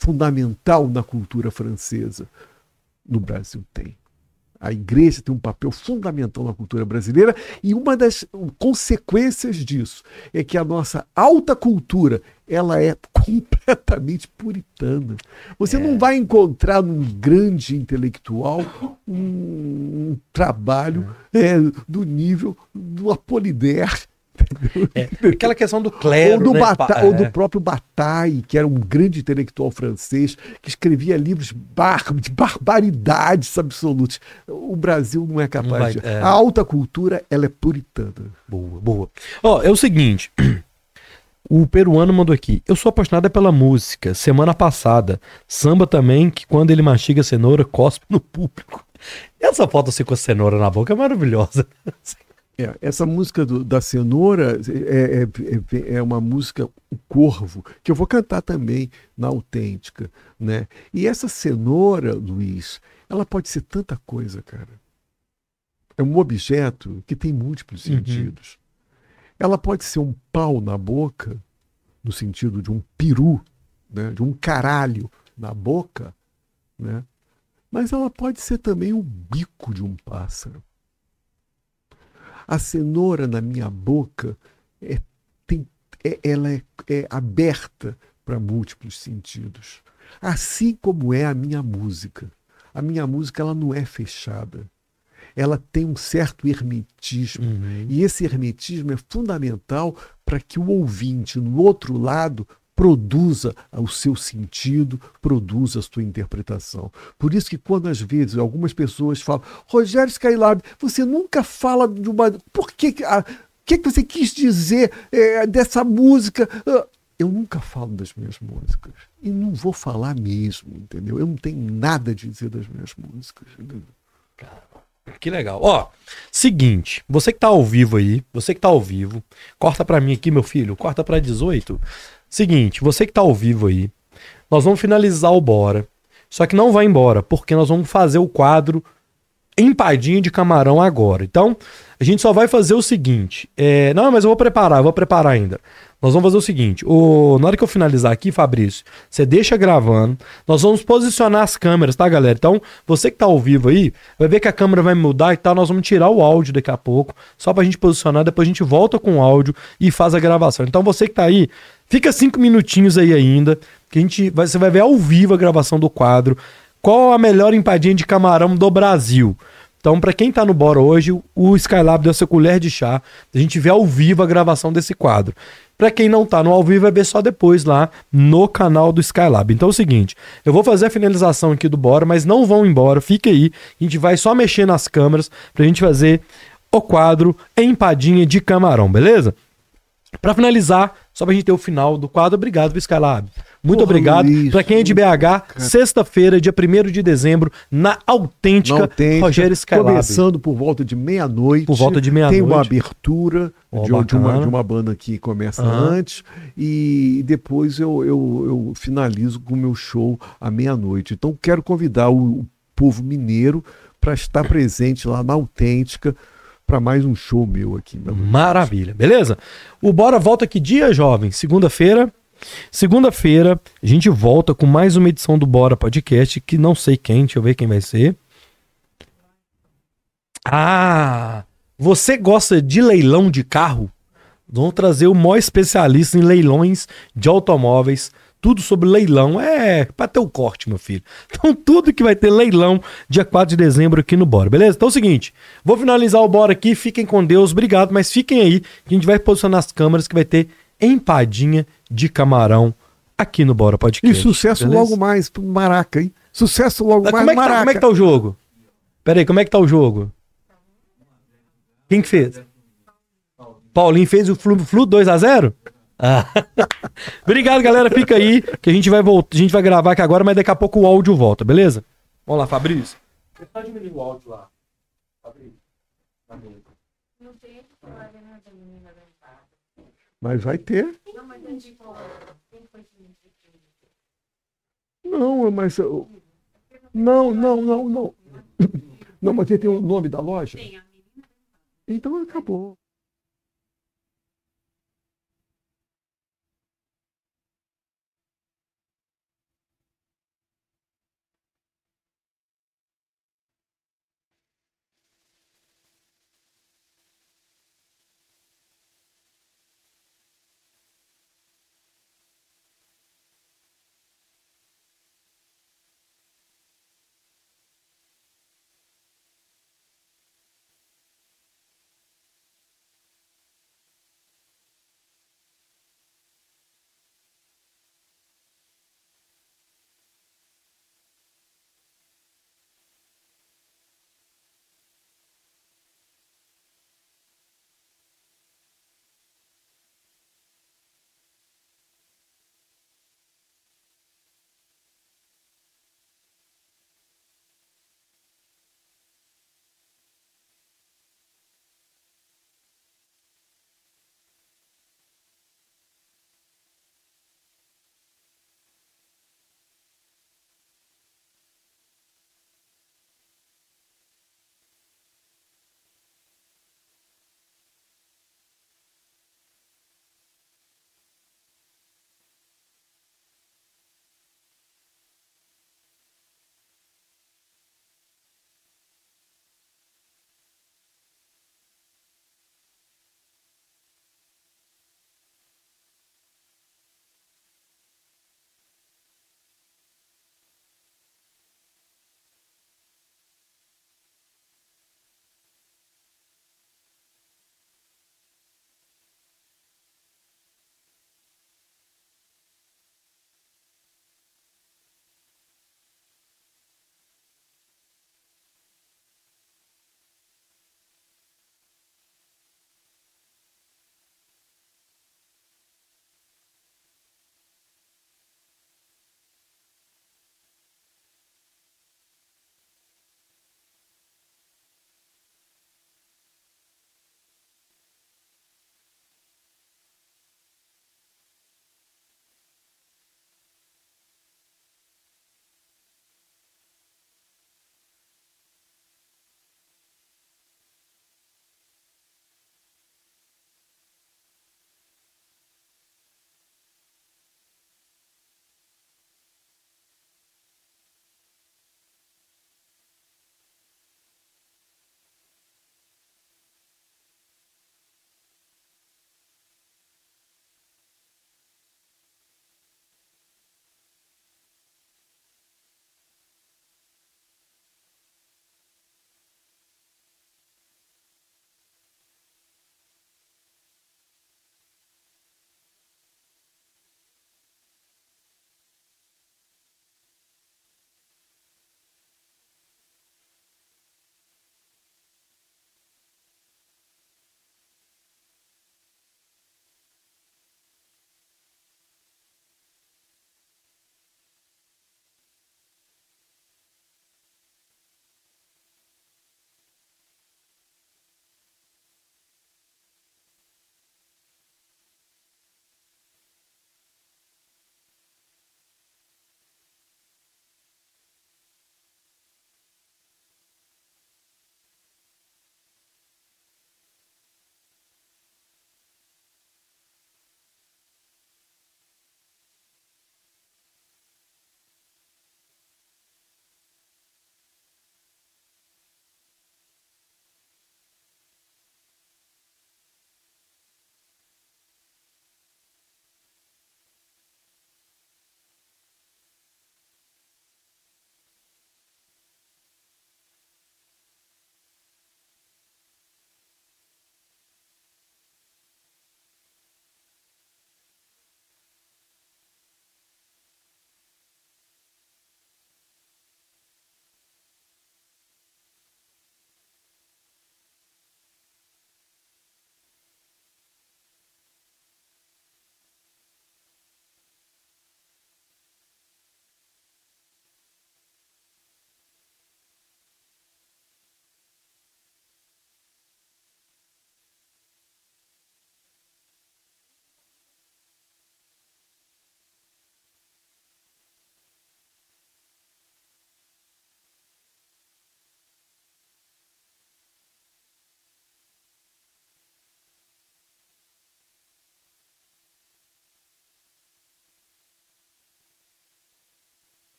fundamental na cultura francesa? No Brasil tem. A igreja tem um papel fundamental na cultura brasileira e uma das consequências disso é que a nossa alta cultura ela é completamente puritana. Você não vai encontrar num grande intelectual um trabalho do nível do Apollinaire. Aquela questão do clero, ou do próprio Bataille, que era um grande intelectual francês, que escrevia livros de barbaridades absolutas. O Brasil não é capaz de... A alta cultura, ela é puritana. Boa. É o seguinte, o peruano mandou aqui, eu sou apaixonada pela música, semana passada, samba também, que quando ele mastiga cenoura, cospe no público. Essa foto assim com a cenoura na boca é maravilhosa. Essa música da cenoura é uma música, o Corvo, que eu vou cantar também na Autêntica, né? E essa cenoura, Luiz, ela pode ser tanta coisa, cara. É um objeto que tem múltiplos sentidos. Ela pode ser um pau na boca, no sentido de um peru, né? De um caralho na boca, né? Mas ela pode ser também o bico de um pássaro. A cenoura na minha boca ela é aberta para múltiplos sentidos. Assim como é a minha música. A minha música ela não é fechada. Ela tem um certo hermetismo. E esse hermetismo é fundamental para que o ouvinte, no outro lado, produza o seu sentido, produza a sua interpretação. Por isso que quando às vezes algumas pessoas falam, Rogério Skylab, você nunca fala de uma... Por que você quis dizer dessa música? Eu nunca falo das minhas músicas. E não vou falar mesmo, entendeu? Eu não tenho nada a dizer das minhas músicas. Entendeu? Que legal. Seguinte, você que tá ao vivo aí, corta pra mim aqui, meu filho, corta pra 18. Seguinte, você que tá ao vivo aí, nós vamos finalizar o Bora. Só que não vai embora, porque nós vamos fazer o quadro Empadinha de Camarão agora. Então, a gente só vai fazer o seguinte. Não, mas eu vou preparar ainda. Nós vamos fazer o seguinte. Na hora que eu finalizar aqui, Fabrício, você deixa gravando. Nós vamos posicionar as câmeras, tá, galera? Então, você que tá ao vivo aí, vai ver que a câmera vai mudar e tal. Nós vamos tirar o áudio daqui a pouco, só pra gente posicionar. Depois a gente volta com o áudio e faz a gravação. Então, você que tá aí, fica 5 minutinhos aí ainda, que você vai ver ao vivo a gravação do quadro. Qual a melhor empadinha de camarão do Brasil? Então, para quem tá no Bora hoje, o Skylab deu essa colher de chá. A gente vê ao vivo a gravação desse quadro. Para quem não tá no ao vivo, vai ver só depois lá no canal do Skylab. Então é o seguinte, eu vou fazer a finalização aqui do Bora, mas não vão embora, fica aí. A gente vai só mexer nas câmeras pra gente fazer o quadro Empadinha de Camarão, beleza? Para finalizar, só pra gente ter o final do quadro, obrigado, Skylab. Muito obrigado. Para quem é de BH, sexta-feira, dia 1º de dezembro, na Autêntica, Rogério Skylab. Começando por volta de meia-noite. Tem uma abertura de uma banda que começa antes e depois eu finalizo com o meu show à meia-noite. Então quero convidar o povo mineiro para estar presente lá na Autêntica para mais um show meu aqui. Maravilha, beleza? O Bora volta que dia, jovem? Segunda-feira, a gente volta com mais uma edição do Bora Podcast, que não sei quem, deixa eu ver quem vai ser. Você gosta de leilão de carro? Vamos trazer o maior especialista em leilões de automóveis. Tudo sobre leilão pra ter o corte, meu filho. Então tudo que vai ter leilão dia 4 de dezembro aqui no Bora, beleza? Então é o seguinte, vou finalizar o Bora aqui, fiquem com Deus, obrigado, mas fiquem aí, que a gente vai posicionar as câmeras que vai ter empadinha de camarão aqui no Bora Podcast. E sucesso beleza? Logo mais pro Maraca, hein? Sucesso logo mais, Maraca. Como é que tá o jogo? Pera aí, como é que tá o jogo? Quem que fez? Paulinho fez o Flu 2-0? Obrigado, galera. Fica aí que a gente vai voltar. A gente vai gravar aqui agora, mas daqui a pouco o áudio volta, beleza? Vamos lá, Fabrício. Só diminuir o áudio lá. Fabrício. Não tem que falar de nada, menina. Mas vai ter. Não, mas eu digo, quem foi que me disse? Não, mas. Não. Não, mas tem o nome da loja? Tem, a menina. Então acabou.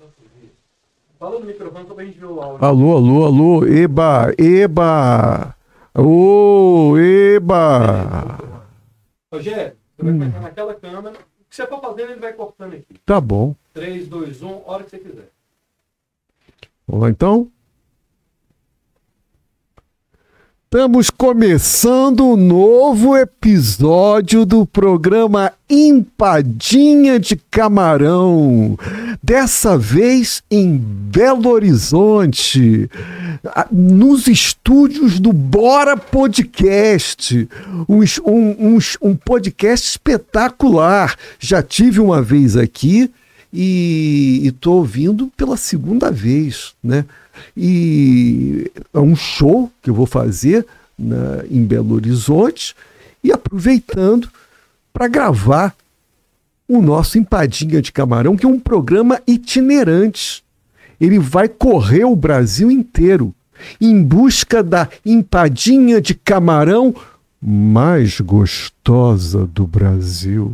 Fala no microfone só pra gente ver o áudio. Alô, alô, alô, eba, eba. Ô, eba. Rogério, você vai colocar naquela câmera. O que você for fazendo, ele vai cortando aqui. Tá bom. 3, 2, 1, hora que você quiser. Vamos lá então? Estamos começando um novo episódio do programa Empadinha de Camarão. Dessa vez em Belo Horizonte, nos estúdios do Bora Podcast. Um podcast espetacular. Já tive uma vez aqui e estou ouvindo pela segunda vez, né? E é um show que eu vou fazer em Belo Horizonte e aproveitando para gravar o nosso Empadinha de Camarão, que é um programa itinerante. Ele vai correr o Brasil inteiro em busca da empadinha de camarão mais gostosa do Brasil.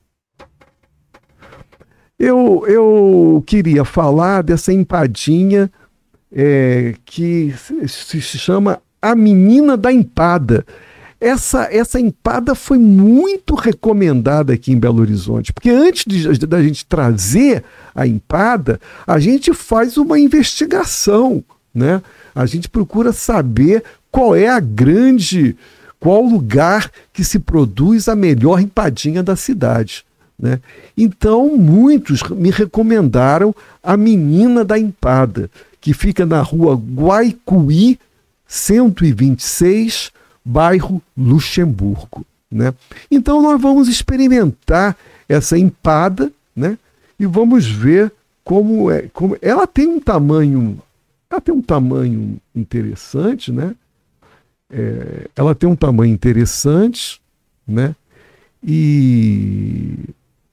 Eu queria falar dessa empadinha que se chama A Menina da Empada. Essa empada foi muito recomendada aqui em Belo Horizonte, porque antes da gente trazer a empada, a gente faz uma investigação, né? A gente procura saber qual lugar que se produz a melhor empadinha da cidade, né? Então, muitos me recomendaram A Menina da Empada, que fica na rua Guaicuí, 126, bairro Luxemburgo, né? Então nós vamos experimentar essa empada, né? E vamos ver como é. Ela tem um tamanho interessante, né? Ela tem um tamanho interessante, né? E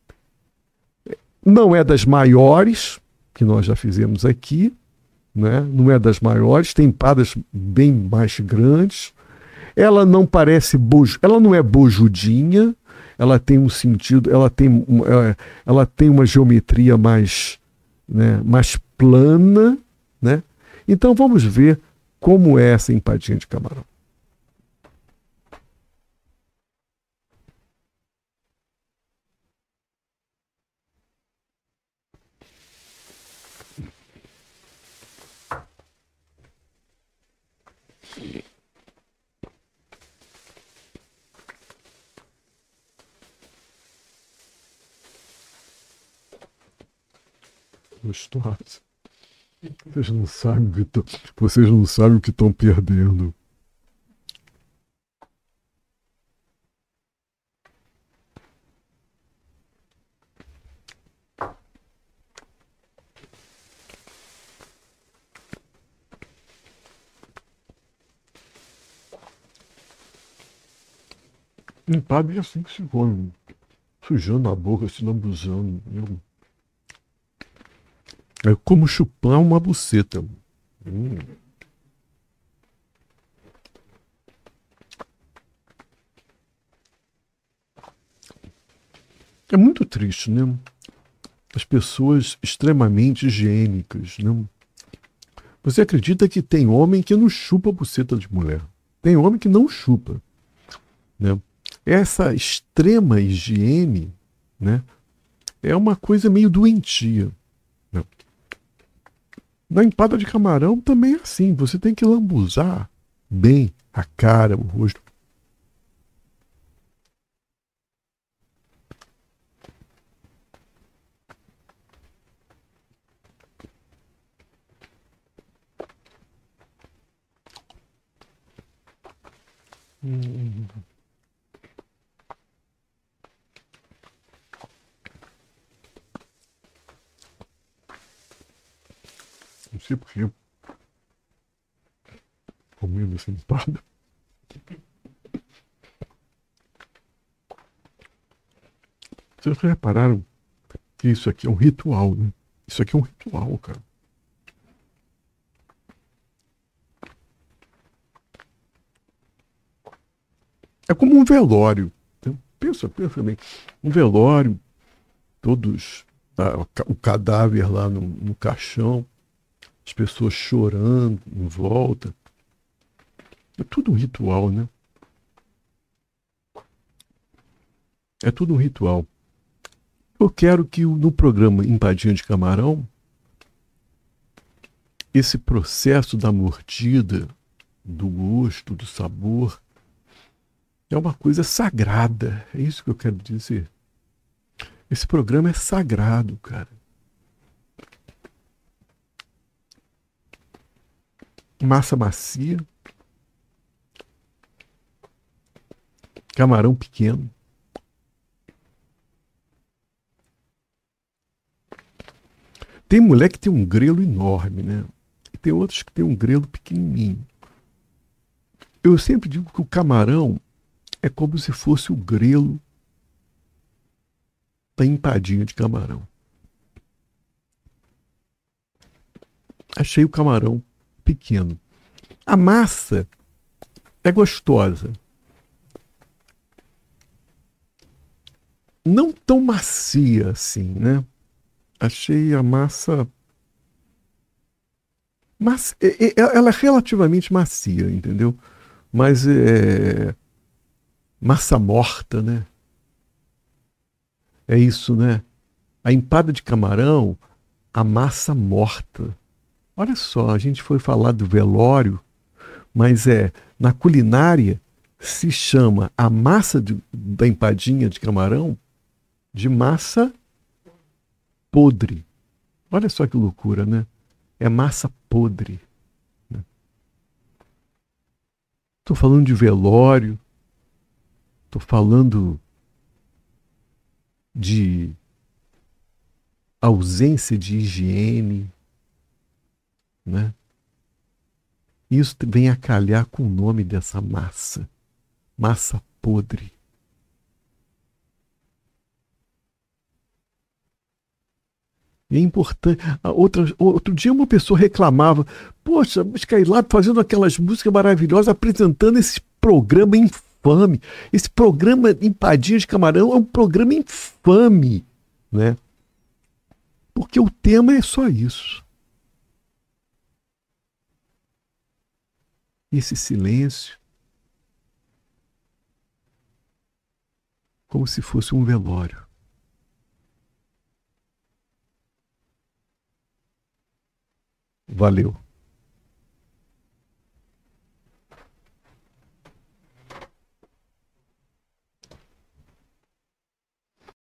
não é das maiores que nós já fizemos aqui, né? Não é das maiores, tem empadas bem mais grandes. Ela não é bojudinha, ela tem um sentido, ela tem uma geometria mais, né, mais plana, né? Então vamos ver como é essa empadinha de camarão. Gostosa. Vocês não sabem o que estão perdendo. Empada é assim que se come, sujando a boca, se lambuzando. É como chupar uma buceta. É muito triste, né? As pessoas extremamente higiênicas, né? Você acredita que tem homem que não chupa a buceta de mulher? Tem homem que não chupa, né? Essa extrema higiene, né, é uma coisa meio doentia, né? Na empada de camarão também é assim. Você tem que lambuzar bem a cara, o rosto. Não sei por que comendo essa empada. Vocês repararam que isso aqui é um ritual, né? Isso aqui é um ritual, cara. É como um velório. Então, pensa bem. Um velório, todos o cadáver lá no caixão, as pessoas chorando em volta. É tudo um ritual, né? É tudo um ritual. Eu quero que no programa Empadinha de Camarão, esse processo da mordida, do gosto, do sabor, é uma coisa sagrada. É isso que eu quero dizer. Esse programa é sagrado, cara. Massa macia, camarão pequeno. Tem mulher que tem um grelo enorme, né? E tem outros que tem um grelo pequenininho. Eu sempre digo que o camarão é como se fosse o grelo da empadinha de camarão. Achei o camarão pequeno. A massa é gostosa. Não tão macia assim, né? Achei a massa... ela é relativamente macia, entendeu? Mas é massa morta, né? É isso, né? A empada de camarão, a massa morta. Olha só, a gente foi falar do velório, mas na culinária se chama a massa da empadinha de camarão de massa podre. Olha só que loucura, né? É massa podre. Estou falando de velório, estou falando de ausência de higiene, né? Isso vem a calhar com o nome dessa massa. Massa podre. E é importante. Outro dia uma pessoa reclamava: poxa, mas Skylab fazendo aquelas músicas maravilhosas, apresentando esse programa infame. Esse programa Empadinha de Camarão é um programa infame, né? Porque o tema é só isso. Esse silêncio, como se fosse um velório. Valeu.